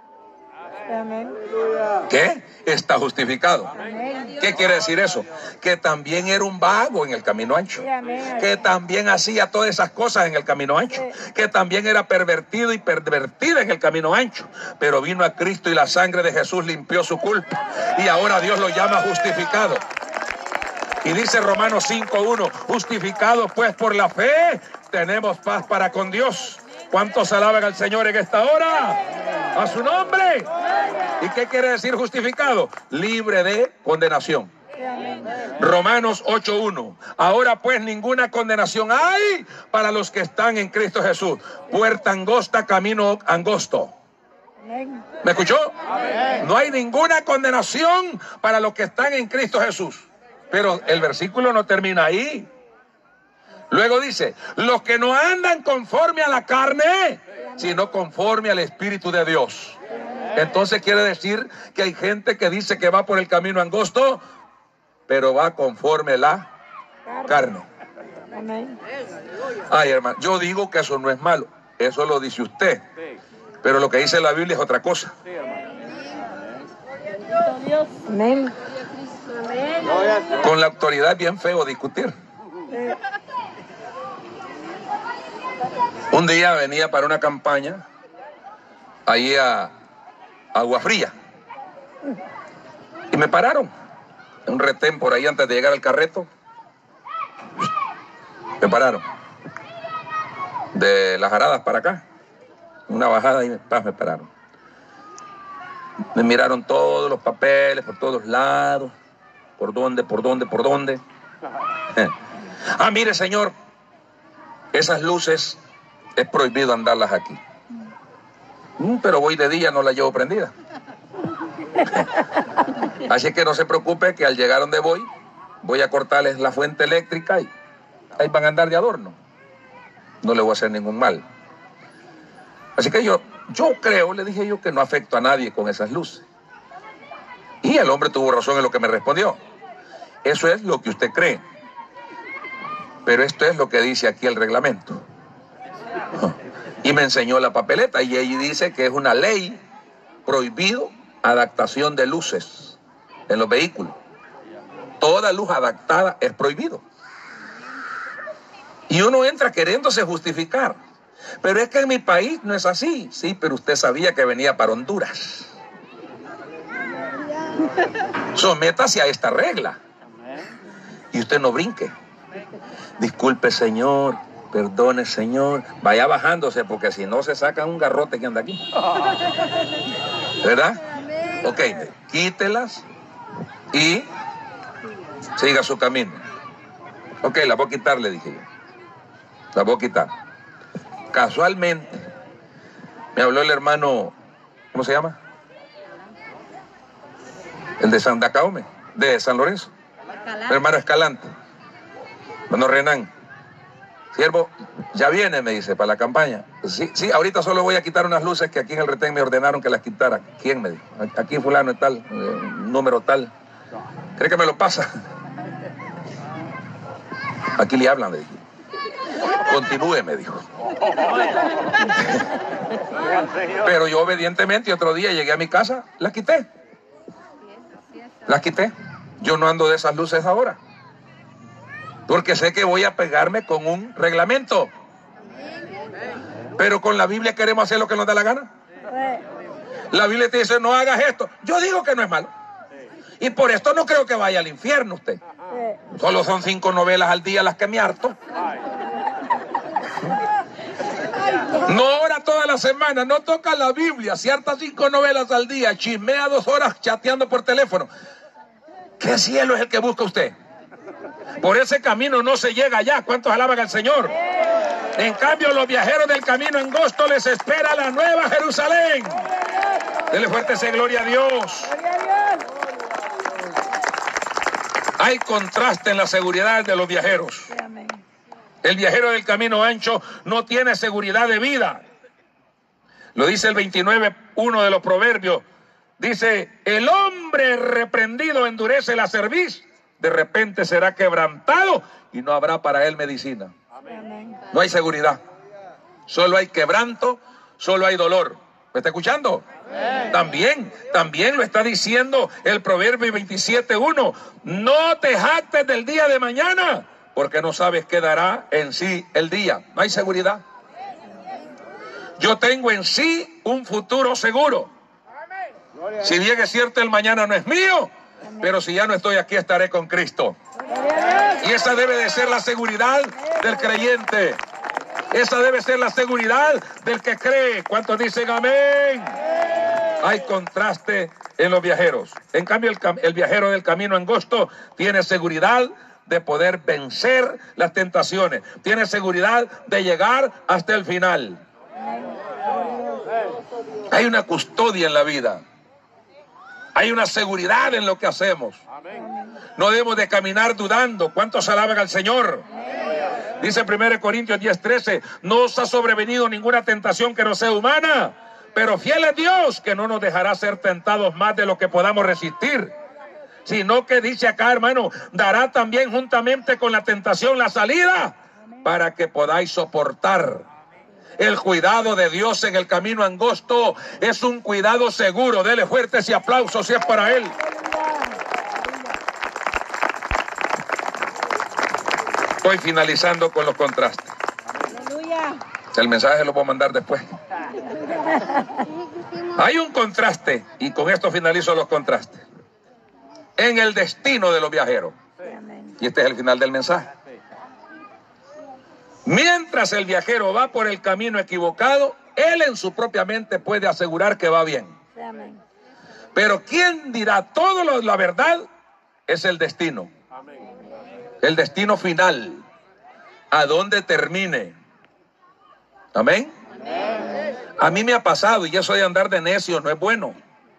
¿Qué? Está justificado. ¿Qué quiere decir eso? Que también era un vago en el camino ancho. Que también hacía todas esas cosas en el camino ancho. Que también era pervertido y pervertida en el camino ancho. Pero vino a Cristo y la sangre de Jesús limpió su culpa. Y ahora Dios lo llama justificado. Y dice Romanos cinco uno, justificados pues por la fe, tenemos paz para con Dios. ¿Cuántos alaban al Señor en esta hora? A su nombre. ¿Y qué quiere decir justificado? Libre de condenación. Romanos ocho uno. Ahora pues ninguna condenación hay para los que están en Cristo Jesús. Puerta angosta, camino angosto. ¿Me escuchó? No hay ninguna condenación para los que están en Cristo Jesús. Pero el versículo no termina ahí. Luego dice, los que no andan conforme a la carne, sino conforme al Espíritu de Dios. Entonces quiere decir que hay gente que dice que va por el camino angosto, pero va conforme a la carne. Ay, hermano, yo digo que eso no es malo, eso lo dice usted, pero lo que dice la Biblia es otra cosa. Amén. Con la autoridad es bien feo discutir. Un día venía para una campaña ahí a Agua Fría y me pararon en un retén por ahí antes de llegar al Carreto. Me pararon de Las Aradas para acá, una bajada, y me, me pararon. Me miraron todos los papeles por todos lados. ¿Por dónde? ¿Por dónde? ¿Por dónde? Ah, mire, señor, esas luces es prohibido andarlas aquí. Mm, pero voy de día, no las llevo prendida. Así que no se preocupe que al llegar donde voy, voy a cortarles la fuente eléctrica y ahí van a andar de adorno. No le voy a hacer ningún mal. Así que yo, yo creo, le dije yo, que no afecto a nadie con esas luces. Y el hombre tuvo razón en lo que me respondió. Eso es lo que usted cree. Pero esto es lo que dice aquí el reglamento. Y me enseñó la papeleta y allí dice que es una ley prohibido adaptación de luces en los vehículos. Toda luz adaptada es prohibido. Y uno entra queriéndose justificar. Pero es que en mi país no es así. Sí, pero usted sabía que venía para Honduras. Sométase a esta regla. Y usted no brinque. Disculpe, señor, perdone, señor. Vaya bajándose, porque si no se saca un garrote que anda aquí. ¿Verdad? Ok, quítelas y siga su camino. Ok, la voy a quitar, le dije yo. La voy a quitar. Casualmente, me habló el hermano, ¿cómo se llama? El de San Dacaume, de San Lorenzo. El hermano Escalante. Hermano Renán. Siervo, ya viene, me dice, para la campaña. Sí, sí, ahorita solo voy a quitar unas luces que aquí en el retén me ordenaron que las quitara. ¿Quién me dijo? Aquí fulano tal, eh, número tal. ¿Cree que me lo pasa? Aquí le hablan, le dije. Continúe, me dijo. Pero yo obedientemente otro día llegué a mi casa, las quité. Las quité. Yo no ando de esas luces ahora. Porque sé que voy a pegarme con un reglamento. Pero con la Biblia queremos hacer lo que nos da la gana. La Biblia te dice, no hagas esto. Yo digo que no es malo. Y por esto no creo que vaya al infierno usted. Solo son cinco novelas al día las que me harto. No ora toda la semana, no toca la Biblia, ciertas cinco novelas al día, chismea dos horas chateando por teléfono. ¿Qué cielo es el que busca usted? Por ese camino no se llega allá. ¿Cuántos alaban al Señor? En cambio, los viajeros del camino angosto les espera la nueva Jerusalén. Dele fuerte ese gloria a Dios. Gloria a Dios. Hay contraste en la seguridad de los viajeros. Sí, amén. El viajero del camino ancho no tiene seguridad de vida. Lo dice el veintinueve, uno de los proverbios. Dice, el hombre reprendido endurece la cerviz, de repente será quebrantado y no habrá para él medicina. Amén. No hay seguridad. Solo hay quebranto, solo hay dolor. ¿Me está escuchando? Amén. También, también lo está diciendo el proverbio veintisiete, uno. No te jactes del día de mañana, porque no sabes qué dará en sí el día. No hay seguridad. Yo tengo en sí un futuro seguro. Si bien es cierto, el mañana no es mío, pero si ya no estoy aquí, estaré con Cristo. Y esa debe de ser la seguridad del creyente. Esa debe ser la seguridad del que cree. ¿Cuántos dicen amén? Hay contraste en los viajeros. En cambio, el, el viajero del camino angosto tiene seguridad de poder vencer las tentaciones. Tiene seguridad de llegar hasta el final. Hay una custodia en la vida. Hay una seguridad en lo que hacemos. No debemos de caminar dudando. ¿Cuántos alaban al Señor? Dice primero Corintios diez, trece, no os ha sobrevenido ninguna tentación que no sea humana, pero fiel es Dios, que no nos dejará ser tentados más de lo que podamos resistir, sino que dice acá, hermano, dará también juntamente con la tentación la salida, para que podáis soportar. El cuidado de Dios en el camino angosto es un cuidado seguro. Dele fuertes y aplausos si es para Él. Estoy finalizando con los contrastes. Aleluya. El mensaje lo puedo mandar después. Hay un contraste, y con esto finalizo los contrastes, en el destino de los viajeros. Y este es el final del mensaje. Mientras el viajero va por el camino equivocado, él en su propia mente puede asegurar que va bien. Pero quien dirá todo lo, la verdad es el destino. El destino final, a dónde termine. Amén. A mí me ha pasado, y eso de andar de necio no es bueno.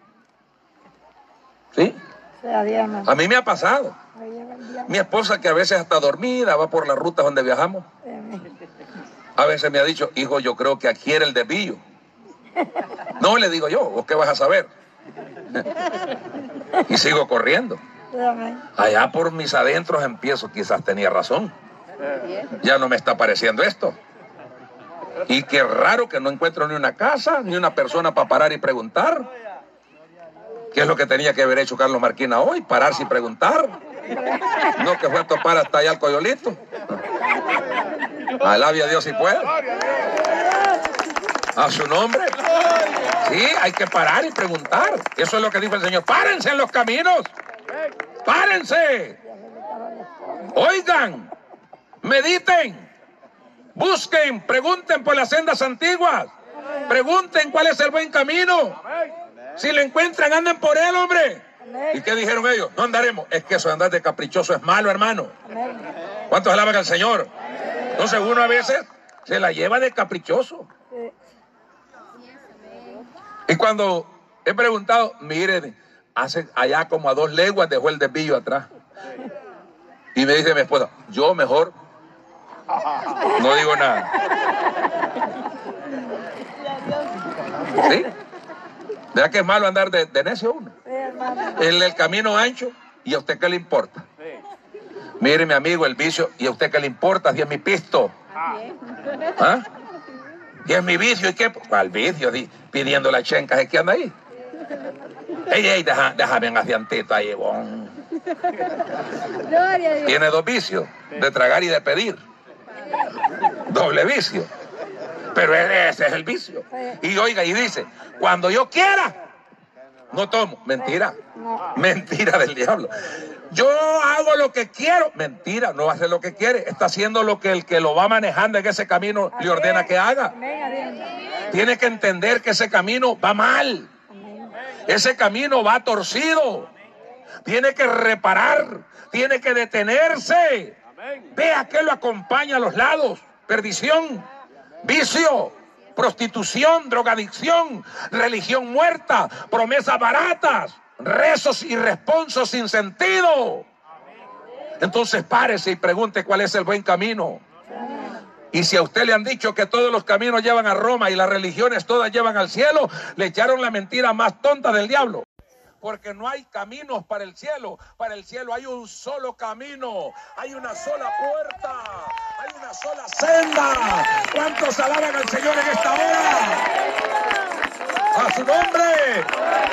¿Sí? A mí me ha pasado. Mi esposa, que a veces hasta dormida va por las rutas donde viajamos, a veces me ha dicho, hijo, yo creo que aquí era el desvío. No, le digo yo, ¿vos qué vas a saber? Y sigo corriendo. Allá por mis adentros empiezo, quizás tenía razón. Ya no me está pareciendo esto. Y qué raro que no encuentro ni una casa, ni una persona para parar y preguntar. ¿Qué es lo que tenía que haber hecho Carlos Marquina hoy? Pararse y preguntar. No que fue a topar hasta allá al Coyolito. Alabe a Dios si puede. A su nombre. Sí, hay que parar y preguntar. Eso es lo que dijo el Señor. Párense en los caminos. Párense. Oigan. Mediten. Busquen. Pregunten por las sendas antiguas. Pregunten cuál es el buen camino. Si lo encuentran, anden por él, hombre. ¿Y qué dijeron ellos? No andaremos. Es que eso de andar de caprichoso es malo, hermano. ¿Cuántos alaban al Señor? Entonces uno a veces se la lleva de caprichoso. Y cuando he preguntado, miren, hace allá como a dos leguas dejó el desvío atrás. Y me dice mi esposa, yo mejor no digo nada. ¿Sí? ¿Verdad que es malo andar de, de necio uno? En el camino ancho, ¿y a usted qué le importa? Mire, mi amigo, el vicio, ¿y a usted qué le importa? Si es mi pisto. ¿Ah? ¿Y es mi vicio? ¿Y qué? ¿Cuál vicio? Di, pidiendo la chenca, ¿es que anda ahí? Ey, ey, deja, déjame en aciantito ahí, bon. Tiene dos vicios, de tragar y de pedir. Doble vicio. Pero ese es el vicio. Y oiga, y dice, cuando yo quiera, no tomo. Mentira. Mentira del diablo. Yo hago lo que quiero. Mentira, no hace lo que quiere. Está haciendo lo que el que lo va manejando en ese camino le ordena que haga. Tiene que entender que ese camino va mal. Ese camino va torcido. Tiene que reparar. Tiene que detenerse. Vea que lo acompaña a los lados. Perdición. Vicio. prostitución, drogadicción, religión muerta, promesas baratas, rezos y responsos sin sentido. Entonces párese y pregunte cuál es el buen camino. Y si a usted le han dicho que todos los caminos llevan a Roma y las religiones todas llevan al cielo, le echaron la mentira más tonta del diablo. Porque no hay caminos para el cielo. Para el cielo hay un solo camino, hay una sola puerta, hay una sola senda. ¿Cuántos alaban al Señor en esta hora? ¡A su nombre!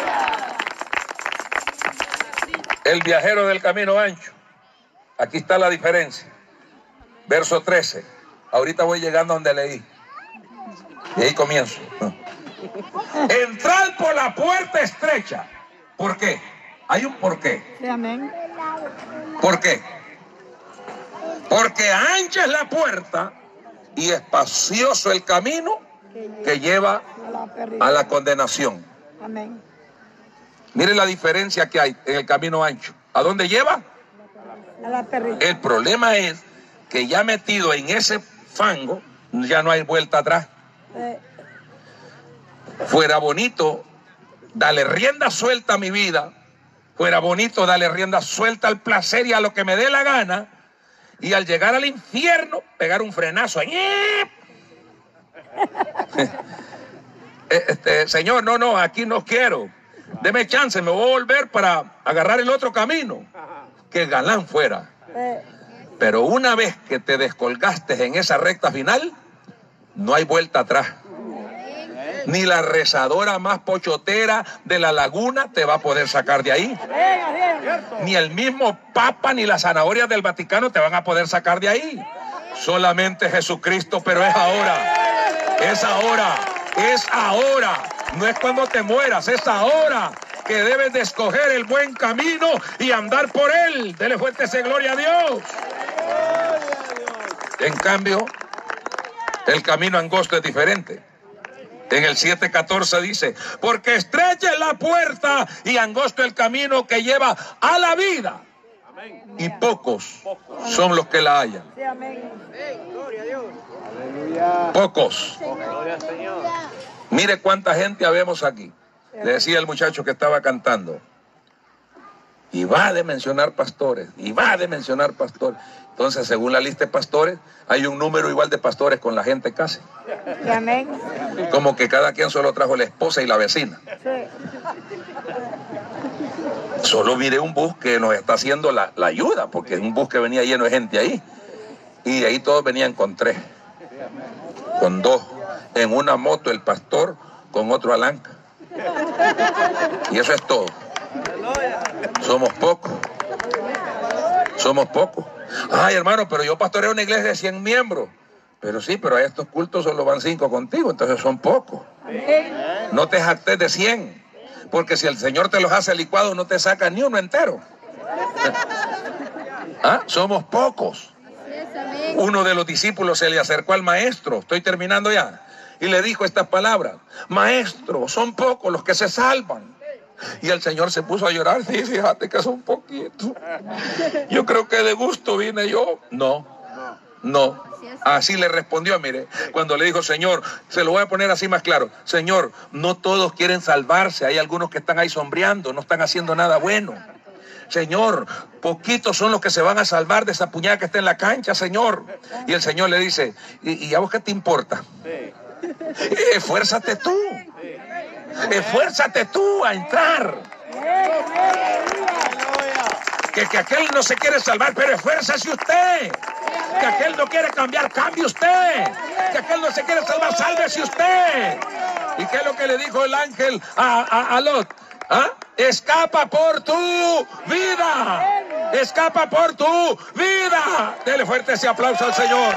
El viajero del camino ancho. Aquí está la diferencia. Verso trece. Ahorita voy llegando a donde leí. Y ahí comienzo. Entrad por la puerta estrecha. ¿Por qué? Hay un por qué. Sí, amén. ¿Por qué? Porque ancha es la puerta y espacioso el camino que lleva a la condenación. Amén. Mire la diferencia que hay en el camino ancho. ¿A dónde lleva? A la perrita. El problema es que ya metido en ese fango, ya no hay vuelta atrás. Eh, Fuera bonito darle rienda suelta a mi vida, fuera bonito darle rienda suelta al placer y a lo que me dé la gana, y al llegar al infierno, pegar un frenazo ahí. Este, señor, no, no, aquí no quiero. Deme chance, me voy a volver para agarrar el otro camino. Que galán fuera. eh, Pero una vez que te descolgaste en esa recta final, no hay vuelta atrás. Ni la rezadora más pochotera de la laguna te va a poder sacar de ahí. Ni el mismo Papa ni las zanahorias del Vaticano te van a poder sacar de ahí. Solamente Jesucristo, pero es ahora. Es ahora. Es ahora. No es cuando te mueras, es ahora que debes de escoger el buen camino y andar por él. Dele fuerte esa gloria a Dios. En cambio, el camino angosto es diferente. En el siete catorce dice, porque estrecha es la puerta y angosto el camino que lleva a la vida. Y pocos son los que la hallan. sí, amén. Pocos. Mire cuánta gente habemos aquí. Le decía el muchacho que estaba cantando. Y va de mencionar pastores. Y va de mencionar pastores. Entonces, según la lista de pastores, hay un número igual de pastores con la gente casi. Sí, amén. Como que cada quien solo trajo la esposa y la vecina. Sí. Solo miré un bus que nos está haciendo la, la ayuda, porque es un bus que venía lleno de gente ahí. Y de ahí todos venían con tres. Con dos. En una moto el pastor, con otro alanca. Y eso es todo. Somos pocos. Somos pocos. Ay, hermano, pero yo pastoreo una iglesia de cien miembros. Pero sí, pero a estos cultos solo van cinco contigo, entonces son pocos. No te jactes de cien, porque si el Señor te los hace licuados, no te saca ni uno entero. ¿Ah? Somos pocos. Uno de los discípulos se le acercó al maestro, estoy terminando ya, y le dijo estas palabras: maestro, son pocos los que se salvan. Y el Señor se puso a llorar. Sí, fíjate que son poquitos. Yo creo que de gusto vine yo. No, no. Así le respondió, mire, cuando le dijo, Señor, se lo voy a poner así más claro. Señor, no todos quieren salvarse. Hay algunos que están ahí sombreando, no están haciendo nada bueno. Señor, poquitos son los que se van a salvar de esa puñada que está en la cancha, Señor. Y el Señor le dice, ¿y, y a vos qué te importa? Esfuérzate tú. Esfuérzate tú a entrar. Que, que aquel no se quiere salvar, pero esfuércese usted. Que aquel no quiere cambiar, cambie usted. Que aquel no se quiere salvar, sálvese usted. ¿Y qué es lo que le dijo el ángel a, a, a Lot? ¿Ah? Escapa por tu vida. Escapa por tu vida. Dele fuerte ese aplauso al Señor.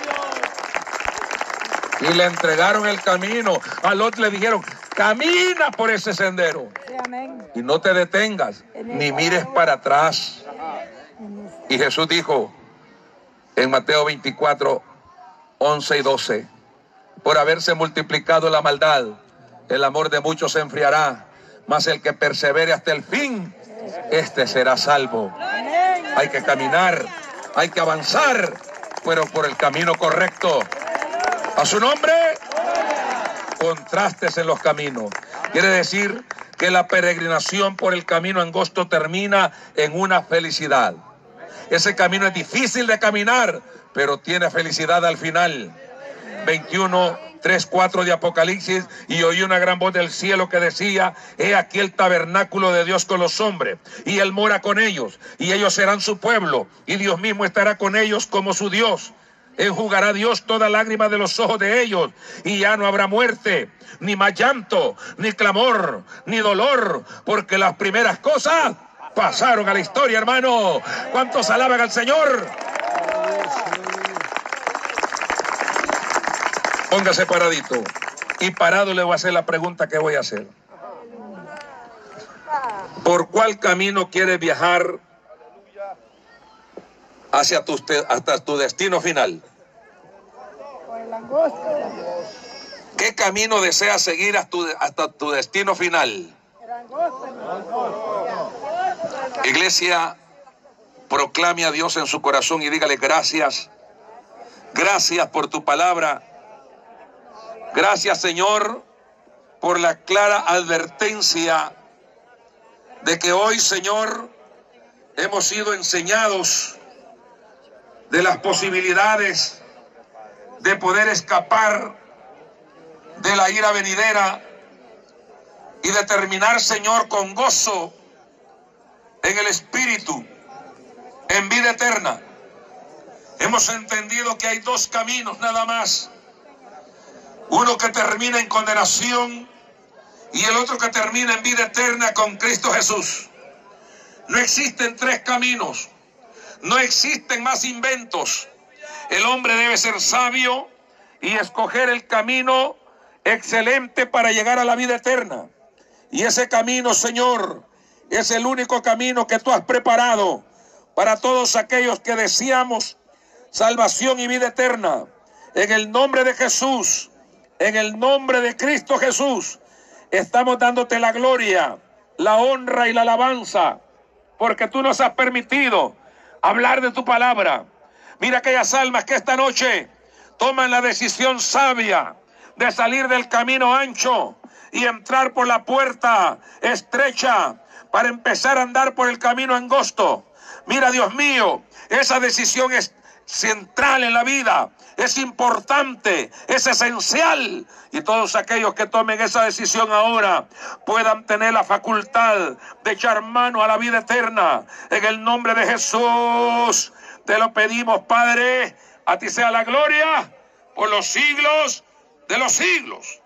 Y le entregaron el camino. A Lot le dijeron, camina por ese sendero. Sí, amén. Y no te detengas, ni mires para atrás. Y Jesús dijo en Mateo veinticuatro, once y doce, por haberse multiplicado la maldad, el amor de muchos se enfriará, mas el que persevere hasta el fin, este será salvo. Hay que caminar, hay que avanzar, pero por el camino correcto. A su nombre. contrastes en los caminos. Quiere decir que la peregrinación por el camino angosto termina en una felicidad. Ese camino es difícil de caminar, pero tiene felicidad al final. veintiuno, tres, cuatro de Apocalipsis, y oí una gran voz del cielo que decía: he aquí el tabernáculo de Dios con los hombres, y Él mora con ellos, y ellos serán su pueblo, y Dios mismo estará con ellos como su Dios. Enjugará Dios toda lágrima de los ojos de ellos, y ya no habrá muerte, ni más llanto, ni clamor, ni dolor, porque las primeras cosas pasaron a la historia, hermano. ¿Cuántos alaban al Señor? Póngase paradito. Y parado le voy a hacer la pregunta que voy a hacer. ¿Por cuál camino quieres viajar hacia tu, hasta tu destino final? Por el angosto. ¿Qué camino deseas seguir hasta tu, hasta tu destino final? El angosto. Iglesia, proclame a Dios en su corazón y dígale: gracias. Gracias por tu palabra. Gracias, Señor, por la clara advertencia de que hoy, Señor, hemos sido enseñados de las posibilidades de poder escapar de la ira venidera y de terminar, Señor, con gozo en el Espíritu, en vida eterna. Hemos entendido que hay dos caminos nada más. Uno que termina en condenación y el otro que termina en vida eterna con Cristo Jesús. No existen tres caminos. No existen más inventos. El hombre debe ser sabio y escoger el camino excelente para llegar a la vida eterna. Y ese camino, Señor, es el único camino que tú has preparado para todos aquellos que deseamos salvación y vida eterna. En el nombre de Jesús, en el nombre de Cristo Jesús, estamos dándote la gloria, la honra y la alabanza, porque tú nos has permitido hablar de tu palabra. Mira aquellas almas que esta noche toman la decisión sabia de salir del camino ancho y entrar por la puerta estrecha para empezar a andar por el camino angosto. Mira, Dios mío, esa decisión es central en la vida, es importante, es esencial, y todos aquellos que tomen esa decisión ahora puedan tener la facultad de echar mano a la vida eterna. En el nombre de Jesús te lo pedimos, Padre. A ti sea la gloria por los siglos de los siglos.